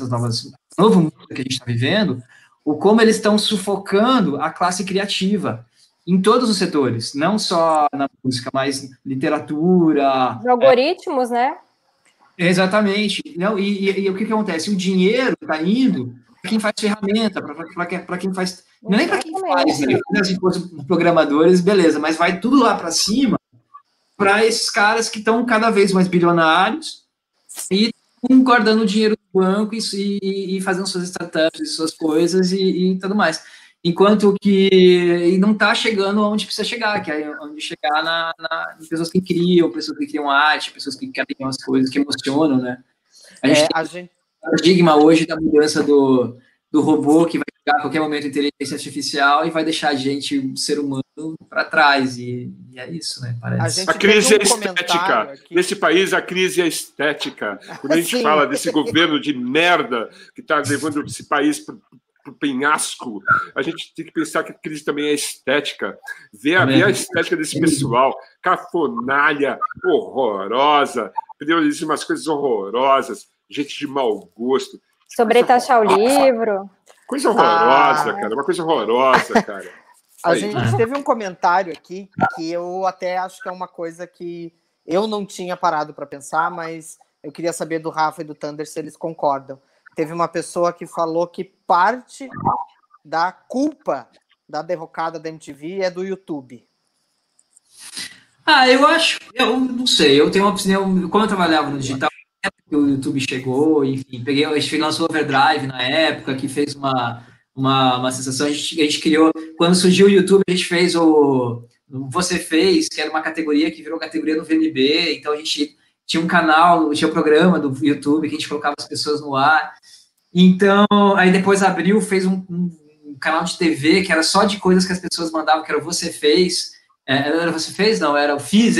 novo mundo que a gente está vivendo, o como eles estão sufocando a classe criativa em todos os setores, não só na música, mas literatura. Os algoritmos, né? Exatamente. Não, e o que acontece? O dinheiro está indo para quem faz ferramenta, para quem faz... Não é nem para quem faz, né? Os programadores, beleza, mas vai tudo lá para cima para esses caras que estão cada vez mais bilionários e guardando dinheiro do banco e fazendo suas startups e suas coisas e tudo mais. Enquanto que não está chegando onde precisa chegar, que é onde chegar em pessoas que criam arte, pessoas que querem as coisas, que emocionam, né? A gente tem o paradigma hoje da mudança do robô que vai chegar a qualquer momento inteligência artificial e vai deixar a gente, o ser humano, para trás. E é isso, né? Parece. A crise é estética. Aqui. Nesse país, a crise é estética. Quando a gente fala desse governo de merda que está levando esse país para o penhasco, a gente tem que pensar que a crise também é estética. Ver a estética desse pessoal, cafonalha, horrorosa, prioriza umas coisas horrorosas, gente de mau gosto. Sobretaxar o livro. Coisa horrorosa, cara. Uma coisa horrorosa, cara. A gente teve um comentário aqui que eu até acho que é uma coisa que eu não tinha parado para pensar, mas eu queria saber do Rafa e do Thunder se eles concordam. Teve uma pessoa que falou que parte da culpa da derrocada da MTV é do YouTube. Eu não sei, eu tenho uma opinião, como eu trabalhava no digital, o YouTube chegou, enfim, a gente lançou o Overdrive na época, que fez uma sensação, a gente criou, quando surgiu o YouTube, a gente fez Você Fez, que era uma categoria que virou categoria no VMB, então a gente tinha um canal, tinha um programa do YouTube que a gente colocava as pessoas no ar. Então, aí depois abriu, fez um canal de TV que era só de coisas que as pessoas mandavam, que era o Você Fez. Era Você Fez? Não, era o Fiz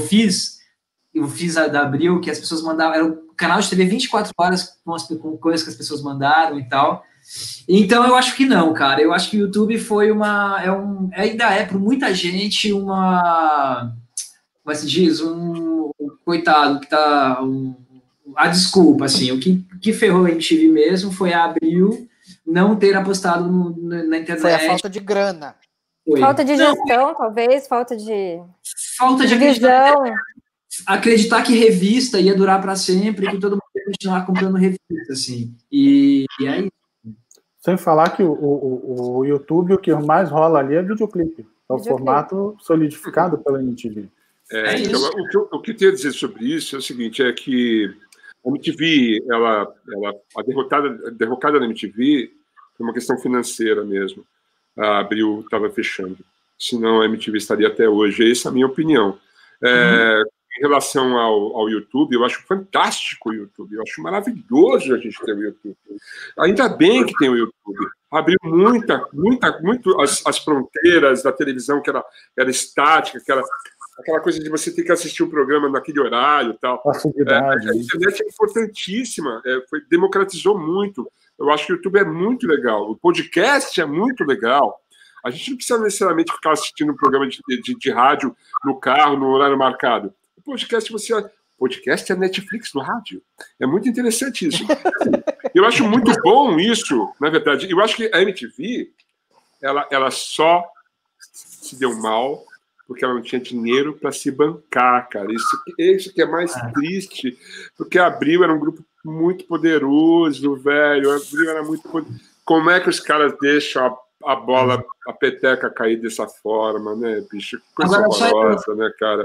da Abril, que as pessoas mandavam. Era um canal de TV 24 horas com coisas que as pessoas mandaram e tal. Então, eu acho que não, cara. Eu acho que o YouTube foi ainda é para muita gente como se diz, coitado, que tá... a desculpa, assim, o que ferrou a MTV mesmo foi a Abril não ter apostado na internet. Foi a falta de grana. Falta de gestão, talvez, falta de visão. Acreditar que revista ia durar para sempre, que todo mundo ia continuar comprando revista, assim. E aí... Sem falar que o YouTube, o que mais rola ali é videoclipe. É o formato solidificado pela MTV. Então, o que eu tenho a dizer sobre isso é o seguinte, é que a MTV, a derrocada da MTV foi uma questão financeira mesmo. A Abril estava fechando. Senão a MTV estaria até hoje. Essa é a minha opinião. Em relação ao YouTube, eu acho fantástico o YouTube. Eu acho maravilhoso a gente ter o YouTube. Ainda bem que tem o YouTube. Abriu muito as fronteiras da televisão, que era estática, aquela coisa de você ter que assistir um programa naquele horário e tal. A internet é importantíssima, democratizou muito. Eu acho que o YouTube é muito legal. O podcast é muito legal. A gente não precisa necessariamente ficar assistindo um programa de rádio no carro, no horário marcado. O podcast, podcast é a Netflix do rádio. É muito interessante isso. Eu acho muito bom isso, na verdade. Eu acho que a MTV, ela só se deu mal porque ela não tinha dinheiro para se bancar, cara. Isso que é mais triste, porque a Abril era um grupo muito poderoso, velho. A Abril era muito poderoso. Como é que os caras deixam a bola, a peteca cair dessa forma, né, bicho? Coisa horrorosa, né, cara?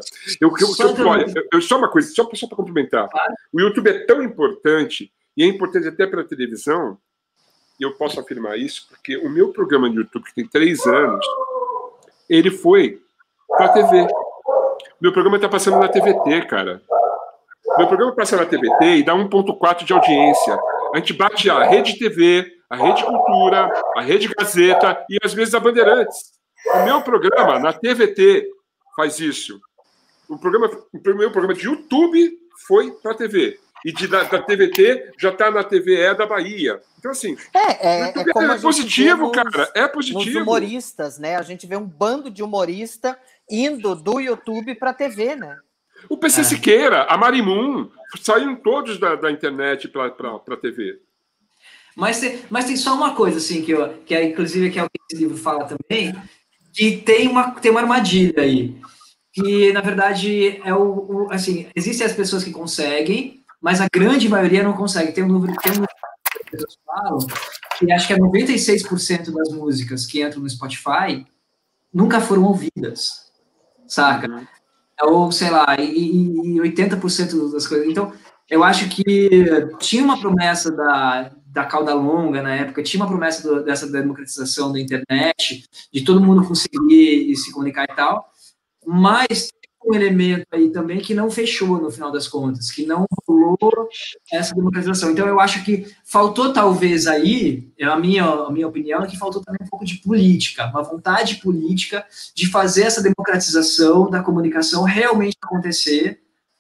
Só uma coisa, só para complementar. O YouTube é tão importante, e é importante até para a televisão, e eu posso afirmar isso, porque o meu programa no YouTube, que tem 3 anos, ele foi para a TV. Meu programa está passando na TVT, cara. Meu programa passa na TVT e dá 1,4 de audiência. A gente bate a Rede TV, a Rede Cultura, a Rede Gazeta e às vezes a Bandeirantes. O meu programa na TVT faz isso. O meu programa de YouTube foi para a TV. E da TVT já está na TVE da Bahia. Então, assim, como é positivo, cara. É positivo. Nos humoristas, né? A gente vê um bando de humorista indo do YouTube para a TV, né? O PC Siqueira, a Marimun, saíram todos da internet para a TV. Mas tem só uma coisa, assim, inclusive que é o que esse livro fala também, que tem uma armadilha aí. Que, na verdade, assim, existem as pessoas que conseguem, mas a grande maioria não consegue. Tem um número que as pessoas falam, que acho que é 96% das músicas que entram no Spotify nunca foram ouvidas, saca? Ou, sei lá, e 80% das coisas. Então, eu acho que tinha uma promessa da cauda longa na época, tinha uma promessa dessa democratização da internet, de todo mundo conseguir se comunicar e tal, mas tem um elemento aí também que não fechou no final das contas, que não rolou essa democratização. Então, eu acho que faltou talvez aí, a minha opinião é que faltou também um pouco de política, uma vontade política de fazer essa democratização da comunicação realmente acontecer,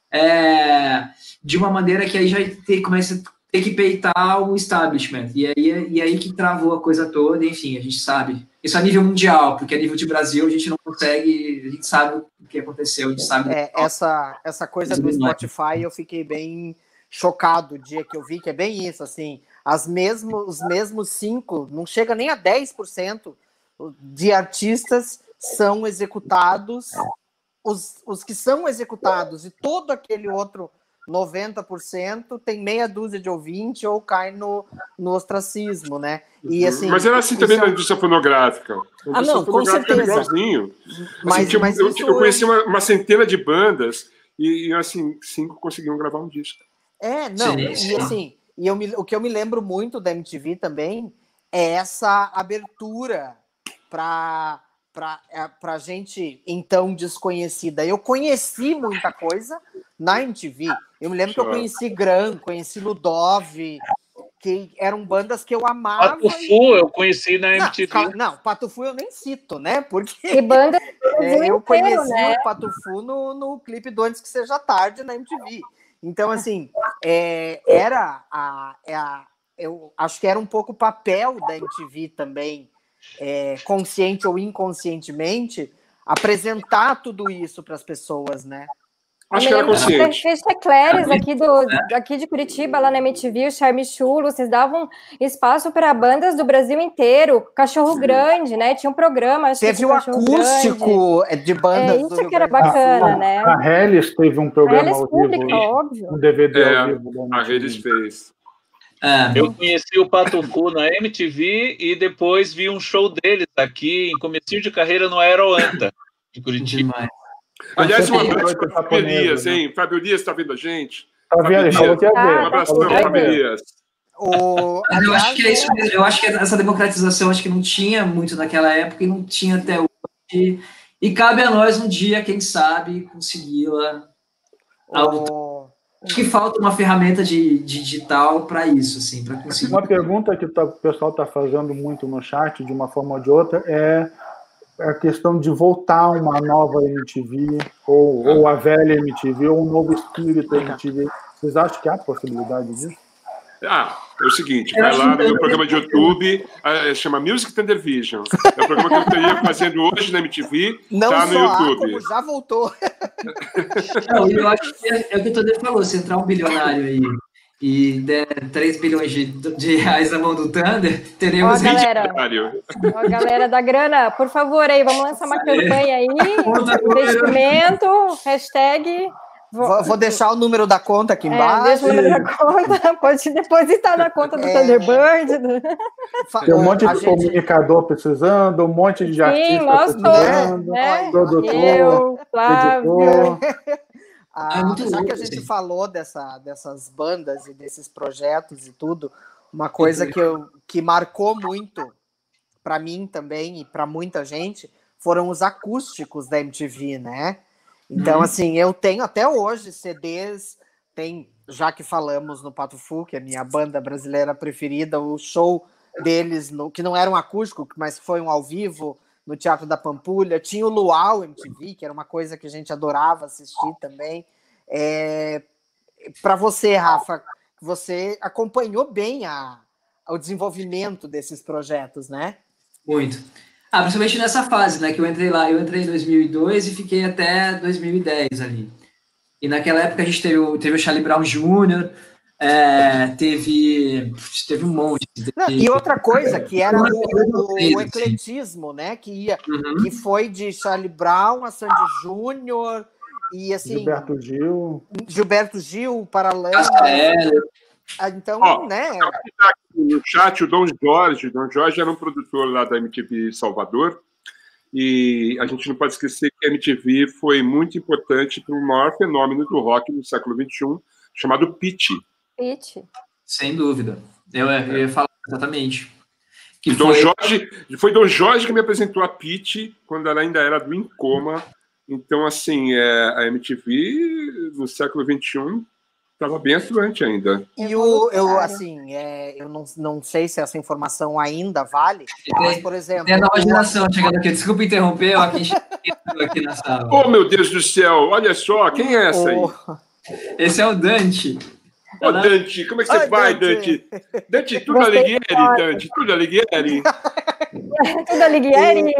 de uma maneira que aí já começa a ter que peitar o establishment. E aí que travou a coisa toda, enfim, a gente sabe. Isso a nível mundial, porque a nível de Brasil a gente não consegue, a gente sabe o que aconteceu, a gente sabe... Essa coisa do Spotify eu fiquei bem chocado o dia que eu vi, que é bem isso, assim, os mesmos 5, não chega nem a 10% de artistas são executados, os que são executados e todo aquele outro 90% tem meia dúzia de ouvinte ou cai no ostracismo, né? E, assim, mas era assim também na indústria fonográfica. Não, com certeza. Igualzinho. Assim, eu conheci uma centena de bandas e assim, 5 conseguiam gravar um disco. E assim, o que eu me lembro muito da MTV também é essa abertura para gente então desconhecida. Eu conheci muita coisa na MTV. Eu me lembro que eu conheci Gran, conheci Ludov, que eram bandas que eu amava. Patufu eu conheci na MTV. Não, Patufu eu nem cito, né? Porque e banda eu conheci o Patufu no clipe do Antes Que Seja Tarde na MTV. Então, assim, eu acho que era um pouco o papel da MTV também, consciente ou inconscientemente, apresentar tudo isso para as pessoas, né? Acho que era consciente. Fez Checleres aqui de Curitiba, lá na MTV, o Charme Chulo, vocês davam espaço para bandas do Brasil inteiro, Cachorro Grande, né? Tinha um programa, acho teve que o acústico de bandas isso do que era bacana, né? A Hellis teve um programa ao vivo, óbvio. Um DVD ao vivo. A Hellis fez. Eu conheci o Patufu na MTV e depois vi um show deles aqui em comecinho de carreira no Aeroanta, de Curitiba. Aliás, um abraço para o Fábio Elias, hein? Fábio Elias está vendo a gente? Tá vendo? Ele falou que ia ver. Um abração, Fábio Elias. Eu acho que é isso mesmo. Eu acho que essa democratização acho que não tinha muito naquela época e não tinha até hoje. E cabe a nós um dia, quem sabe, consegui-la. Acho que falta uma ferramenta de digital para isso, assim, para conseguir. Uma pergunta que o pessoal está fazendo muito no chat, de uma forma ou de outra, é a questão de voltar uma nova MTV, ou a velha MTV, ou um novo espírito MTV. Vocês acham que há possibilidade disso? É o seguinte, vai lá no meu programa de YouTube, chama Music Thunder Vision. É o programa que eu estaria fazendo hoje na MTV, tá no YouTube. Como já voltou. Não, eu acho que é o que o Thunder falou, se entrar um bilionário aí e der 3 bilhões de reais na mão do Thunder, teremos galera da grana, por favor, aí, vamos lançar uma campanha aí, investimento, hashtag... Vou deixar o número da conta aqui embaixo. Deixa o número da conta, pode depositar na conta do Thunderbird. Tem um monte de comunicador precisando, um monte de artista precisando, produtor, eu, Flávio. Já que a gente falou dessas bandas e desses projetos e tudo, uma coisa que marcou muito para mim também e para muita gente foram os acústicos da MTV, né? Então, assim, eu tenho até hoje CDs, já que falamos no Patufu, que é a minha banda brasileira preferida, o show deles, que não era um acústico, mas foi um ao vivo, no Teatro da Pampulha. Tinha o Luau MTV, que era uma coisa que a gente adorava assistir também. Para você, Rafa, você acompanhou bem o desenvolvimento desses projetos, né? Muito. Principalmente nessa fase, né, que eu entrei lá. Eu entrei em 2002 e fiquei até 2010 ali. E naquela época a gente teve o Charlie Brown Jr., teve um monte. E outra coisa, que era o ecletismo, né, que foi de Charlie Brown a Sandy Júnior e assim... Gilberto Gil, Paralelo. Então, né... No chat, o Dom Jorge era um produtor lá da MTV Salvador, e a gente não pode esquecer que a MTV foi muito importante para o maior fenômeno do rock no século XXI, chamado Pitty. Sem dúvida. Eu ia falar exatamente. Foi Dom Jorge que me apresentou a Pitty quando ela ainda era do Incoma. Então, assim, a MTV no século XXI estava bem atuante ainda. E eu não sei se essa informação ainda vale, mas, por exemplo... Tem a nova geração chegando aqui. Desculpa interromper, aqui na sala. Oh, meu Deus do céu! Olha só, quem é essa aí? Esse é o Dante. Dante, como é que você vai, Dante? Dante, tudo Alighieri, Dante, tudo Alighieri. Tudo Alighieri.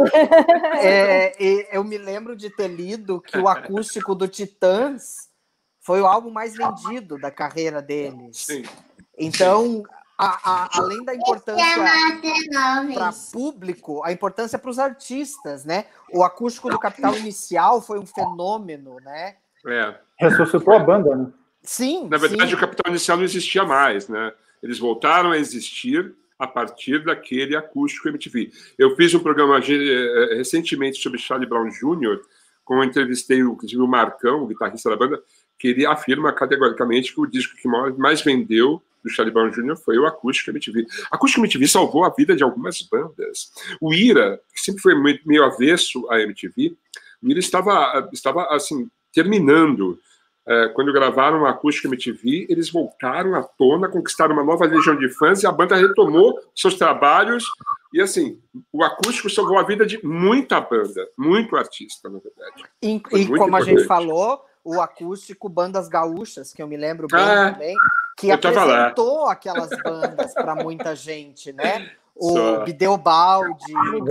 Eu me lembro de ter lido que o acústico do Titãs foi o álbum mais vendido da carreira deles. Sim. Então, além da importância para público, a importância para os artistas, né? O acústico do Capital Inicial foi um fenômeno, né? Ressuscitou a banda, né? Sim. Na verdade, o Capital Inicial não existia mais, né? Eles voltaram a existir a partir daquele acústico MTV. Eu fiz um programa recentemente sobre Charlie Brown Jr., como eu entrevistei o Marcão, o guitarrista da banda, que ele afirma categoricamente que o disco que mais vendeu do Charlie Brown Jr. foi o Acústico MTV. A Acústico MTV salvou a vida de algumas bandas. O Ira, que sempre foi meio avesso à MTV, o Ira estava assim, terminando. Quando gravaram o Acústico MTV, eles voltaram à tona, conquistaram uma nova legião de fãs e a banda retomou seus trabalhos. E, assim, o acústico salvou a vida de muita banda, muito artista, na verdade. E como a gente falou, o acústico Bandas Gaúchas, que eu me lembro bem também, que apresentou aquelas bandas para muita gente, né? O Bideobaldi, o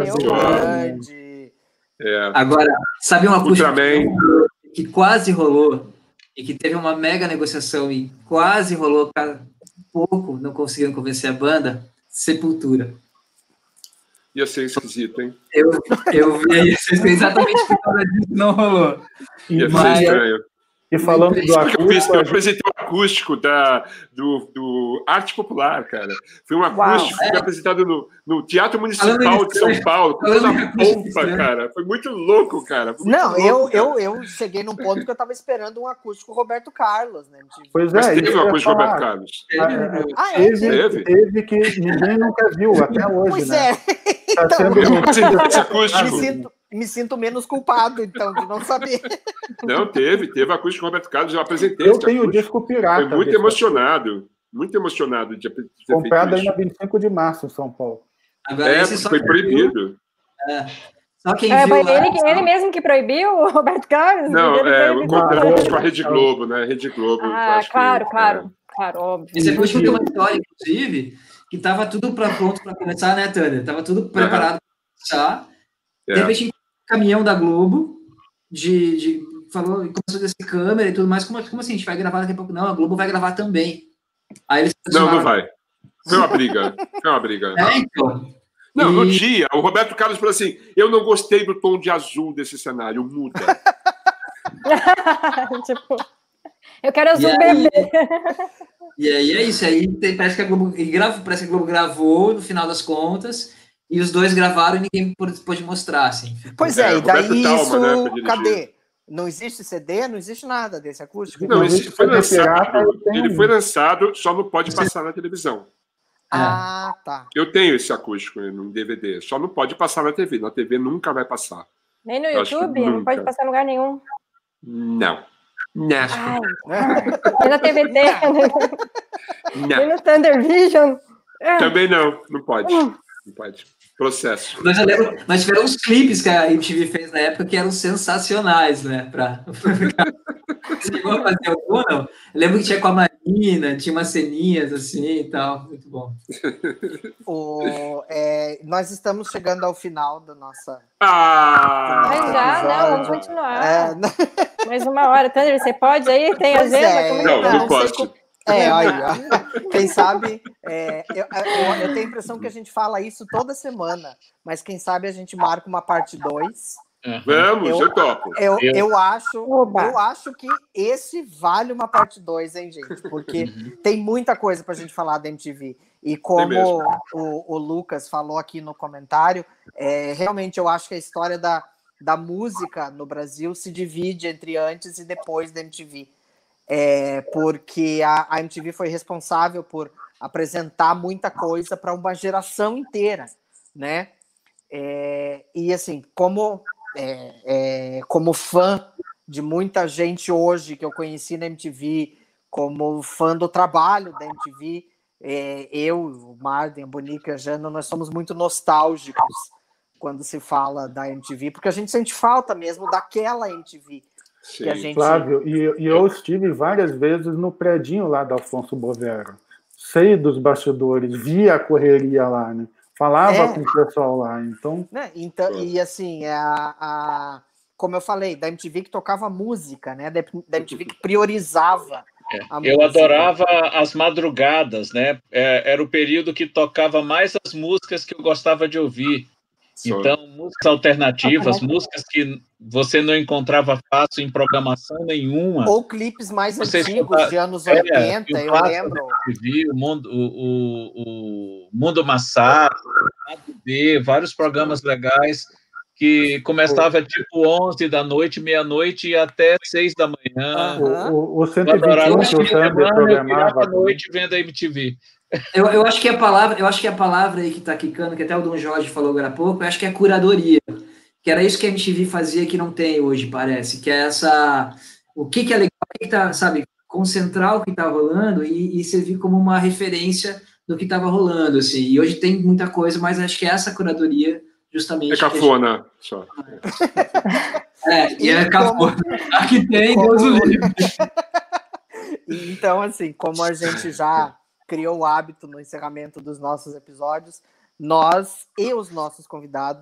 Grande. Agora, sabe um acústico que quase rolou? e que teve uma mega negociação e quase rolou pouco, não conseguiram convencer a banda, Sepultura. Ia ser esquisito, hein? Eu vi aí, exatamente por causa disso não rolou. Ia ser estranho. E falando do acústico... Eu apresentei o acústico do Arte Popular, cara. Foi um acústico que foi apresentado no Teatro Municipal de São Paulo, com toda a pompa, cara. Foi muito louco, cara. Não, eu cheguei num ponto que eu tava esperando um acústico Roberto Carlos, né? Pois Mas teve um acústico Roberto Carlos. Teve que ninguém nunca viu, até hoje, pois né? Então, Tá sendo esse acústico. Me sinto menos culpado, então, de não saber. Não, teve acústico Roberto Carlos, eu apresentei. Eu tenho o disco pirata. Foi muito emocionado de ter comprado aí na 25 de março, em São Paulo. Agora, foi proibido. Só quem viu ele mesmo que proibiu o Roberto Carlos? Não, o contrato com a Rede Globo, né? Rede Globo. Claro, óbvio. Esse acústico tem uma história, inclusive, que estava tudo pronto para começar, né, Tânia? Estava tudo preparado para começar. De repente, caminhão da Globo falou, começou a descer câmera e tudo mais. Como assim? A gente vai gravar daqui a pouco? Não, a Globo vai gravar também. Aí eles não vai. Foi uma briga. Então. Não, no dia, o Roberto Carlos falou assim: eu não gostei do tom de azul desse cenário, muda. Tipo, eu quero azul bebê. E aí é isso. Aí parece que a Globo gravou no final das contas. E os dois gravaram e ninguém pôde mostrar, assim. Pois e daí isso... Talma, né, cadê? Não existe CD? Não existe nada desse acústico? Não, ele foi lançado, só não pode passar na televisão. Ah, tá. Eu tenho esse acústico no DVD, só não pode passar na TV. Na TV nunca vai passar. Nem no YouTube? Não pode passar em lugar nenhum? Não. Nem na TVT? Não. Nem no Thunder Vision? Também não pode. Não pode. Processo. Mas eu lembro, mas tiveram uns clipes que a MTV fez na época que eram sensacionais, né? Você chegou a fazer algum, não? Eu lembro que tinha com a Marina, tinha umas ceninhas assim e tal. Muito bom. Nós estamos chegando ao final da nossa... Mas já, não, vamos continuar. Mais uma hora. Thunder, você pode aí? Tem agenda? Não posso. Quem sabe, eu tenho a impressão que a gente fala isso toda semana, mas quem sabe a gente marca uma parte 2. Vamos, eu topo. Eu acho que esse vale uma parte 2, hein, gente? Porque tem muita coisa pra gente falar da MTV. E como o Lucas falou aqui no comentário, realmente eu acho que a história da música no Brasil se divide entre antes e depois da MTV. Porque a MTV foi responsável por apresentar muita coisa para uma geração inteira, né? E assim, como fã de muita gente hoje que eu conheci na MTV, como fã do trabalho da MTV, eu, o Marden, a Bonica, a Jana, nós somos muito nostálgicos quando se fala da MTV, porque a gente sente falta mesmo daquela MTV. Sim. Que a gente... Flávio, e eu estive várias vezes no predinho lá da Alfonso Bovero. Sei dos bastidores, via a correria lá, né? Falava com o pessoal lá, então... E assim, como eu falei, da MTV que tocava música, né? Da MTV que priorizava a música. Eu adorava as madrugadas, né? Era o período que tocava mais as músicas que eu gostava de ouvir. Então, músicas alternativas, músicas que você não encontrava fácil em programação nenhuma. Ou clipes mais antigos, de anos 80, eu lembro. O Mundo Massado, vários programas legais que começava tipo 11 da noite, meia-noite e até 6 da manhã. O 121 que o Sander programava. À noite vendo a MTV. Eu acho que a palavra aí que está quicando, que até o Dom Jorge falou agora há pouco, eu acho que é curadoria. Que era isso que a MTV fazia que não tem hoje, parece. Que é essa... O que é legal, o que tá, sabe? Concentrar o que está rolando e servir como uma referência do que estava rolando, assim. E hoje tem muita coisa, mas acho que essa curadoria, justamente... É cafona, só. E é cafona. Aqui tem, Deus o livre. Então, assim, como a gente já criou o hábito no encerramento dos nossos episódios, nós e os nossos convidados,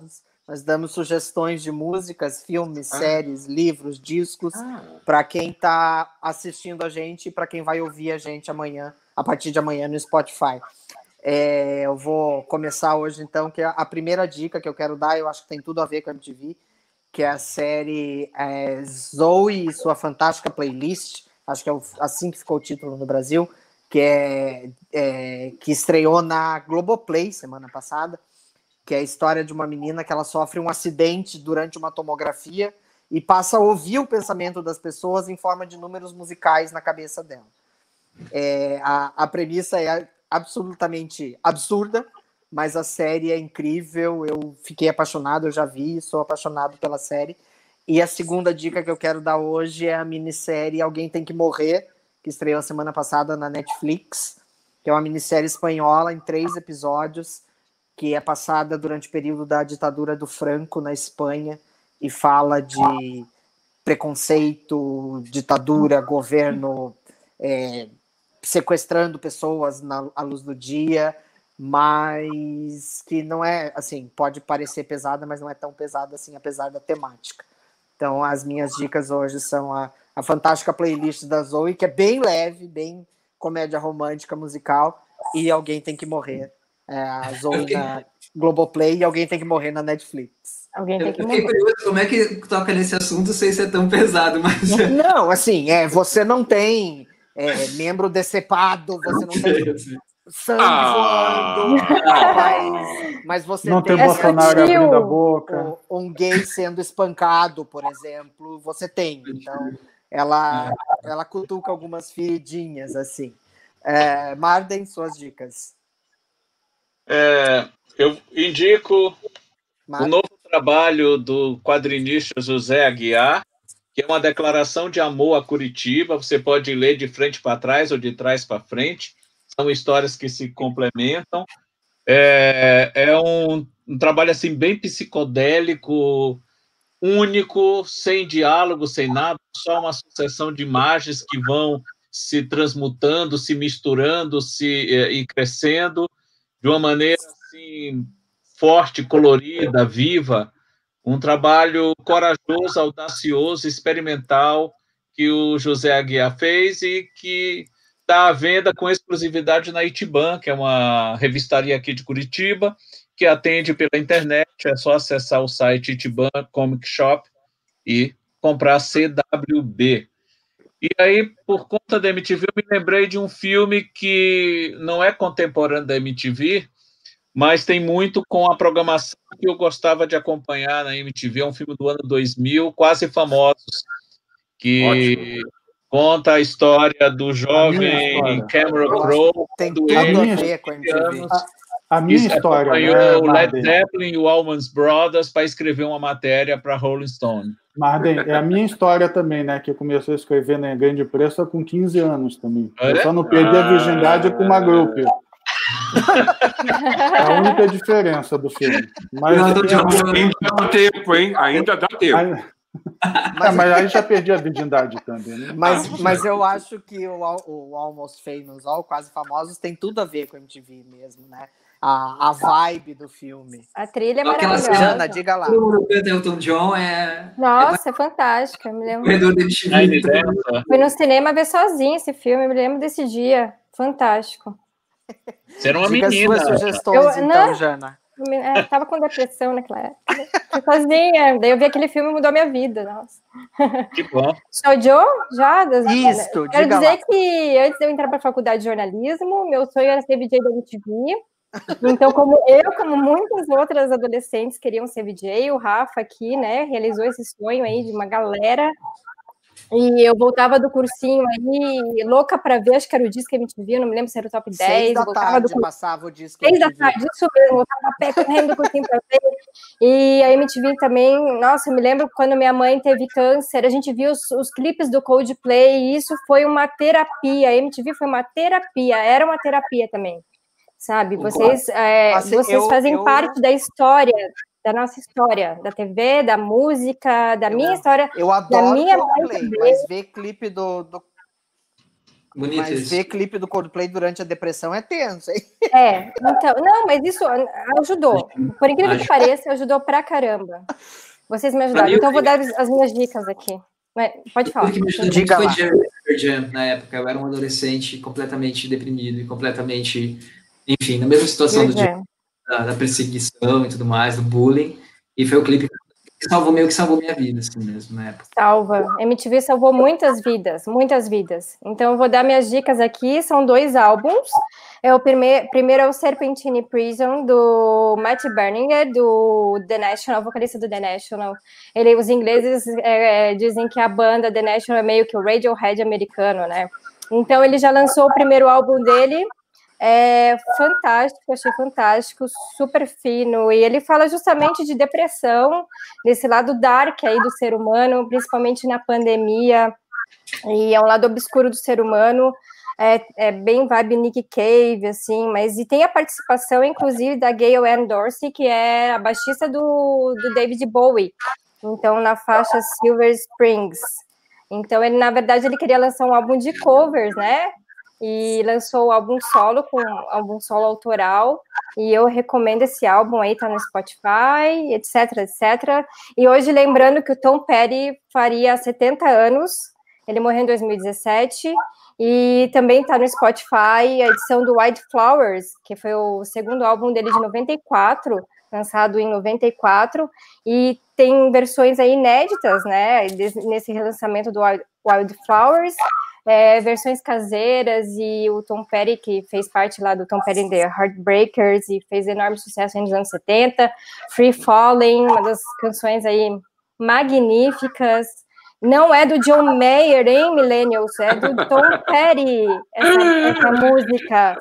Nós damos sugestões de músicas, filmes, séries, livros, discos, para quem está assistindo a gente e para quem vai ouvir a gente amanhã, a partir de amanhã no Spotify. Eu vou começar hoje, então, que a primeira dica que eu quero dar, eu acho que tem tudo a ver com a MTV, que é a série Zoe e sua fantástica playlist, acho que é assim que ficou o título no Brasil, que estreou na Globoplay semana passada, que é a história de uma menina que ela sofre um acidente durante uma tomografia e passa a ouvir o pensamento das pessoas em forma de números musicais na cabeça dela. A premissa é absolutamente absurda, mas a série é incrível, eu fiquei apaixonado, eu já vi, sou apaixonado pela série. E a segunda dica que eu quero dar hoje é a minissérie Alguém Tem Que Morrer, que estreou a semana passada na Netflix, que é uma minissérie espanhola em 3 episódios, que é passada durante o período da ditadura do Franco na Espanha e fala de preconceito, ditadura, governo sequestrando pessoas à luz do dia, mas que não é, assim, pode parecer pesada, mas não é tão pesada assim, apesar da temática. Então, as minhas dicas hoje são a fantástica playlist da Zoe, que é bem leve, bem comédia romântica, musical, e Alguém Tem Que Morrer. A Zoe na Globoplay e Alguém Tem Que Morrer na Netflix. Alguém tem que Eu fiquei curioso como é que toca nesse assunto sem ser tão pesado, mas... Não, assim, você não tem membro decepado, você não tem sangue voando, mas você não tem tem Bolsonaro abrindo a boca. Um gay sendo espancado, por exemplo, você tem. Então, ela cutuca algumas feridinhas, assim. Marden, suas dicas. Eu indico o novo trabalho do quadrinista José Aguiar, que é uma declaração de amor a Curitiba. Você pode ler de frente para trás ou de trás para frente. São histórias que se complementam. É um trabalho assim bem psicodélico, único, sem diálogo, sem nada, só uma sucessão de imagens que vão se transmutando, se misturando, e crescendo de uma maneira assim forte, colorida, viva. Um trabalho corajoso, audacioso, experimental que o José Aguiar fez e que está à venda com exclusividade na Itiban, que é uma revistaria aqui de Curitiba, que atende pela internet. É só acessar o site Itiban Comic Shop e comprar CWB. E aí, por conta da MTV, eu me lembrei de um filme que não é contemporâneo da MTV, mas tem muito com a programação que eu gostava de acompanhar na MTV. É um filme do ano 2000, Quase Famosos, que conta a história do jovem Cameron Crowe. Tem tudo a ver com a MTV. A minha história, acompanhou o Led Zeppelin e o Allman Brothers para escrever uma matéria para Rolling Stone. Marden, é a minha história também, né? Que eu comecei a escrever na Grande Pressa com 15 anos também. Eu só não perdi a virgindade com uma grupo. É a única diferença do filme. Mas ainda dá tempo, hein? Ainda dá tempo. Mas aí já perdi a virgindade também. Né? Mas eu acho que o Almost Famous, o Quase Famosos, tem tudo a ver com a MTV mesmo, né? A vibe do filme. A trilha é maravilhosa. Jana, diga lá. O Elton John Nossa, é fantástica. Eu me lembro. Fui no cinema ver sozinho esse filme. Eu me lembro desse dia. Fantástico. Você era uma Diga menina. Suas sugestões, então, Jana. Tava com depressão naquela época. Fui sozinha. Daí eu vi aquele filme e mudou minha vida. Nossa. Que bom. Shoujo? Já? Isso, quero diga dizer lá. que antes de eu entrar para a faculdade de jornalismo, meu sonho era ser VJ da MTV. Então, como muitas outras adolescentes queriam ser VJ, o Rafa aqui, né, realizou esse sonho aí de uma galera. E eu voltava do cursinho aí, louca para ver, acho que era o disco MTV, eu não me lembro se era o top 10. 6 da tarde passava o disco 6 da tarde, isso mesmo, eu tava a pé correndo do cursinho para ver. E a MTV também, nossa, eu me lembro quando minha mãe teve câncer, a gente viu os clipes do Coldplay, e isso foi uma terapia, a MTV foi uma terapia, era uma terapia também, sabe? Vocês fazem parte da história, da nossa história, da TV, da música, da minha história. Eu adoro Coldplay, mas ver clipe do Bonito Mas isso. ver clipe do Coldplay durante a depressão é tenso, hein? Então, não, mas isso ajudou. Por incrível que pareça, ajudou pra caramba. Vocês me ajudaram. Então, eu vou dar as minhas dicas aqui. Pode falar. O que me ajudou muito foi Jam na época. Eu era um adolescente completamente deprimido e completamente, enfim, na mesma situação da perseguição e tudo mais, do bullying. E foi o clipe que salvou minha vida, assim mesmo, na época. Salva. MTV salvou muitas vidas, muitas vidas. Então, eu vou dar minhas dicas aqui. São 2 álbuns. O primeiro é o Serpentine Prison, do Matt Berninger, do The National, vocalista do The National. Os ingleses dizem que a banda The National é meio que o Radiohead americano, né? Então, ele já lançou o primeiro álbum dele. É fantástico, achei fantástico, super fino, e ele fala justamente de depressão, desse lado dark aí do ser humano, principalmente na pandemia, e é um lado obscuro do ser humano, é bem vibe Nick Cave, assim, e tem a participação, inclusive, da Gayle Ann Dorsey, que é a baixista do David Bowie, então, na faixa Silver Springs. Então, na verdade, ele queria lançar um álbum de covers, né? E lançou o álbum solo, com álbum solo autoral, e eu recomendo esse álbum aí, tá no Spotify, etc, etc. E hoje, lembrando que o Tom Petty faria 70 anos, ele morreu em 2017, e também tá no Spotify a edição do White Flowers, que foi o segundo álbum dele de 94, lançado em 94, e tem versões aí inéditas, né, nesse relançamento do Wild Flowers, versões caseiras, e o Tom Petty, que fez parte lá do Tom Petty and the Heartbreakers, e fez enorme sucesso nos anos 70, Free Falling, uma das canções aí magníficas, não é do John Mayer, hein, Millennials, é do Tom Petty, essa música.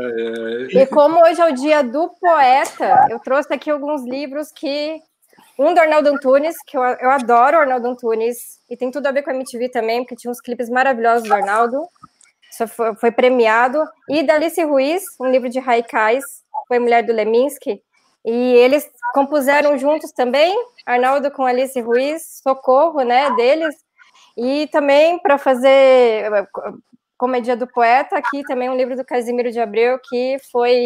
E como hoje é o dia do poeta, eu trouxe aqui alguns livros que... Um do Arnaldo Antunes, que eu adoro o Arnaldo Antunes, e tem tudo a ver com a MTV também, porque tinha uns clipes maravilhosos do Arnaldo, isso foi premiado, e da Alice Ruiz, um livro de haikais, foi mulher do Leminski, e eles compuseram juntos também, Arnaldo com Alice Ruiz, Socorro, né, deles, e também para fazer, como é Dia do Poeta, aqui também um livro do Casimiro de Abreu, que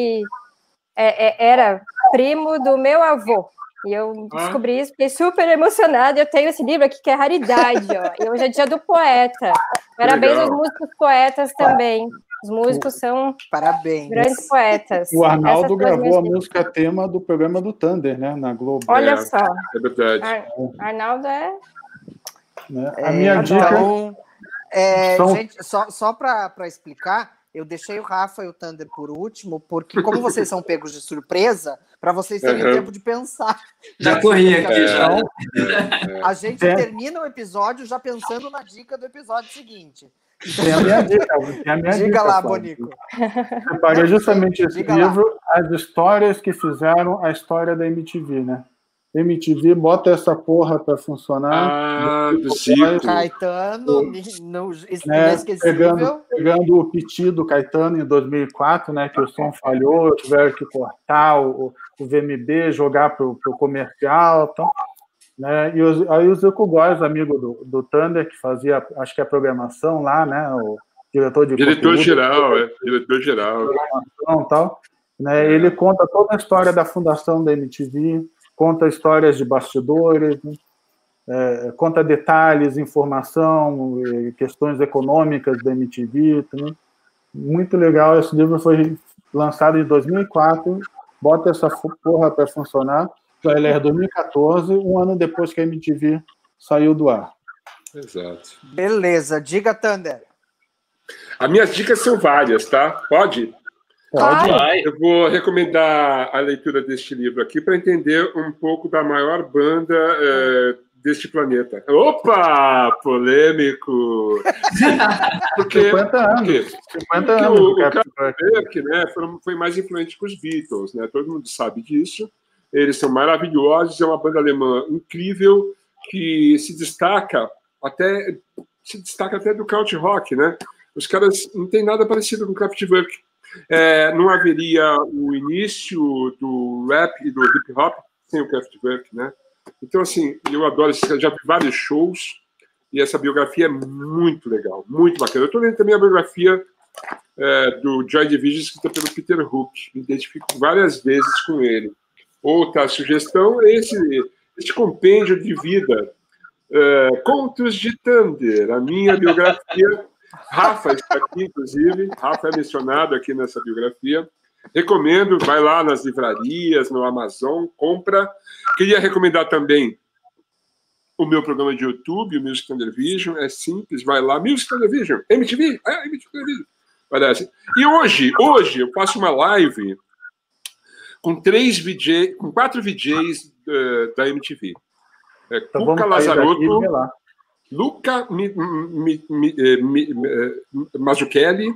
era primo do meu avô. E eu descobri isso, fiquei super emocionada. Eu tenho esse livro aqui que é raridade, ó. E hoje é Dia do Poeta. Parabéns aos músicos poetas também. Os músicos são grandes poetas. O Arnaldo gravou a música tema do programa do Thunder, né, na Globo. Olha só. É verdade. Arnaldo né? A minha dica... Então, gente, só para explicar, eu deixei o Rafa e o Thunder por último, porque como vocês são pegos de surpresa, para vocês terem tempo de pensar. Já corri aqui, já. A gente termina o episódio já pensando na dica do episódio seguinte. Tem a minha dica. Diga lá, Bonico. Separei justamente esse livro, as histórias que fizeram a história da MTV, né? MTV, bota essa porra para funcionar. Do Zico. Caetano, inesquecível. Pegando o piti do Caetano em 2004, né, que o som falhou, tiveram que cortar o VMB, jogar para o comercial. Então, né, e aí o Zico Góes, amigo do Thunder, que fazia, acho que a programação lá, né, o diretor-geral. Tal, né, ele conta toda a história da fundação da MTV, conta histórias de bastidores, né? Conta detalhes, informação, questões econômicas da MTV. Também. Muito legal, esse livro foi lançado em 2004, bota essa porra para funcionar, ele é 2014, um ano depois que a MTV saiu do ar. Exato. Beleza, diga, Thunder. As minhas dicas são várias, tá? Pode? Pode. Eu vou recomendar a leitura deste livro aqui para entender um pouco da maior banda deste planeta. Opa! Polêmico! Porque 50 anos. 50 anos. O Kraftwerk, né, foi mais influente que os Beatles, né? Todo mundo sabe disso. Eles são maravilhosos, é uma banda alemã incrível que se destaca até do country rock, né? Os caras não tem nada parecido com o Kraftwerk. Não haveria o início do rap e do hip hop sem o Kraftwerk, né? Então, assim, eu adoro, já vi vários shows E essa biografia é muito legal, muito bacana. Eu estou lendo também a biografia do Joy Division, escrita pelo Peter Hook. Me identifico várias vezes com ele. Outra sugestão é este compêndio de vida, Contos de Thunder, a minha biografia. Rafa está aqui, inclusive. Rafa é mencionado aqui nessa biografia. Recomendo, vai lá nas livrarias, no Amazon, compra. Queria recomendar também o meu programa de YouTube, o Music Thunder Vision. É simples, vai lá, Music Thunder Vision, MTV, MTV Vision. Parece. E hoje eu faço uma live com 4 VJs da MTV. Então, Cuca Lazarotto, Luca Mazzucchelli,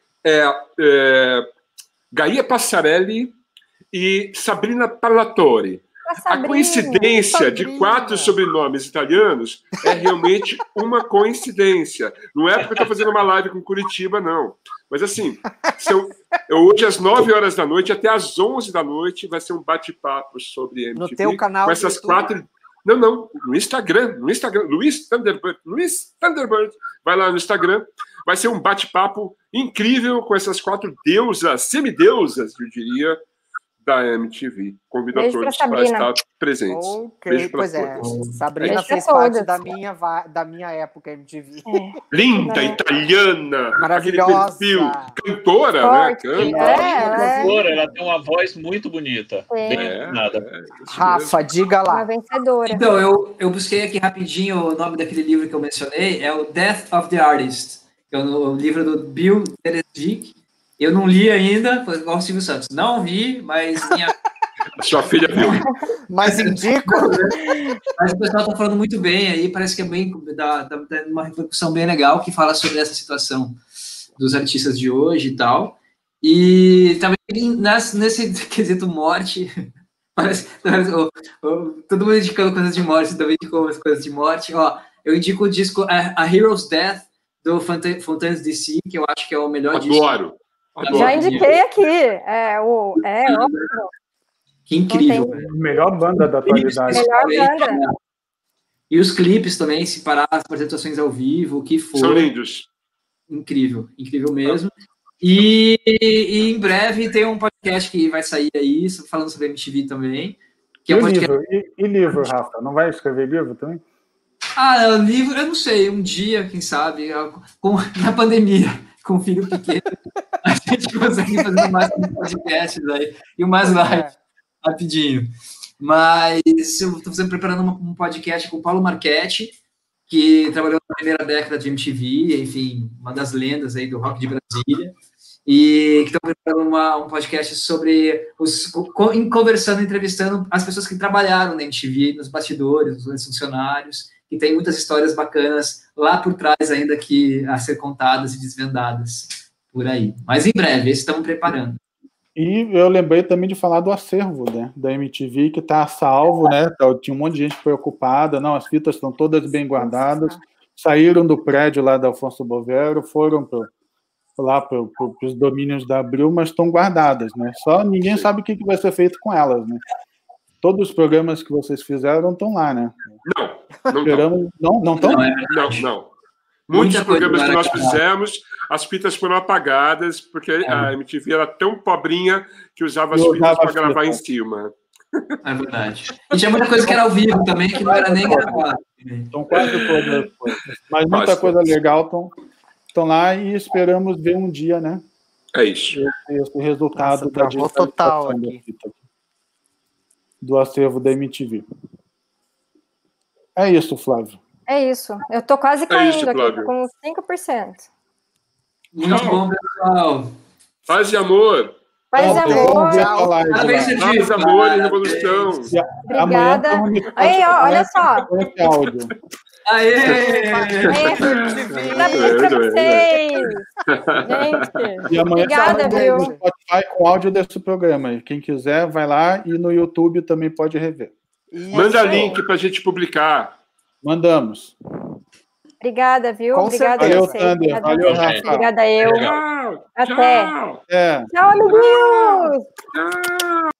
Gaia Passarelli e Sabrina Parlatore. A coincidência de 4 sobrenomes italianos é realmente uma coincidência. Não é porque eu estou fazendo uma live com Curitiba, não. Mas assim, hoje às 9 horas da noite até às 11 da noite vai ser um bate-papo sobre MTV. No teu canal com essas 4... Não, no Instagram, Luiz Thunderbird, vai lá no Instagram, vai ser um bate-papo incrível com essas 4 deusas, semideusas, eu diria, da MTV. Convido a todos para estar presentes. Ok, Beijo para pois todos. Sabrina fez parte da minha época MTV. Linda, italiana, maravilhosa, perfil, cantora, né? Cantora, ela tem uma voz muito bonita. Bem nada. Rafa, diga lá. Uma vencedora. Então, eu busquei aqui rapidinho o nome daquele livro que eu mencionei, é o Death of the Artist, que é o livro do Bill Terezic. Eu não li ainda, foi igual o Silvio Santos. Não vi, mas minha... Sua filha viu. Mas indico. Mas o pessoal está falando muito bem aí, parece que é bem... dá uma repercussão bem legal que fala sobre essa situação dos artistas de hoje e tal. E também nesse quesito morte, parece todo mundo indicando coisas de morte, também indicou as coisas de morte. Ó, eu indico o disco A Hero's Death, do Fontaines DC, que eu acho que é o melhor disco. Adoro. Já indiquei aqui. Ótimo. Que incrível. Melhor banda da atualidade. Melhor banda. E os clipes também, se parar as apresentações ao vivo, o que for. São lindos. Incrível, incrível mesmo. E em breve tem um podcast que vai sair aí, falando sobre MTV também. Que é um podcast... livro, Rafa? Não vai escrever livro também? Livro, eu não sei, um dia, quem sabe, na pandemia, com um filho pequeno, a gente consegue fazer mais podcasts aí, e o mais live, rapidinho. Mas eu estou preparando um podcast com o Paulo Marchetti, que trabalhou na primeira década de MTV, enfim, uma das lendas aí do rock de Brasília, e que estão preparando um podcast sobre conversando, entrevistando as pessoas que trabalharam na MTV, nos bastidores, nos funcionários, que tem muitas histórias bacanas lá por trás ainda a ser contadas e desvendadas por aí. Mas em breve, esse estamos preparando. E eu lembrei também de falar do acervo, né, da MTV, que está a salvo, né? Tinha um monte de gente preocupada, não, as fitas estão todas bem guardadas, saíram do prédio lá da Alfonso Bovero, foram para os domínios da Abril, mas estão guardadas, né? Só ninguém sabe o que vai ser feito com elas, né? Todos os programas que vocês fizeram estão lá, né? Não estão? Não. Muitos programas que nós fizemos, as fitas foram apagadas, porque a MTV era tão pobrinha que usava as fitas para gravar em cima. É verdade. E tinha muita coisa que era ao vivo também, que não era nem gravada. Estão quase todas. Mas muita coisa legal estão lá e esperamos ver um dia, né? É isso. Esse resultado da total aqui. Do acervo da MTV. É isso, Flávio. É isso. Eu tô quase caindo aqui, tô com 5%. Muito bom, pessoal. Paz e amor. Paz e amor. Paz, amor e revolução. Obrigada. Aí, olha só. Esse áudio. Aê! Pra vocês. Gente, e amanhã obrigada, viu? No Spotify com áudio desse programa. Quem quiser, vai lá e no YouTube também pode rever. Manda link para a gente publicar. Mandamos. Obrigada, viu? Com Obrigada valeu, a vocês. Thunder. Valeu, Rafa. Obrigada eu. Tchau. Até. Tchau. Tchau, amiguinhos. Tchau.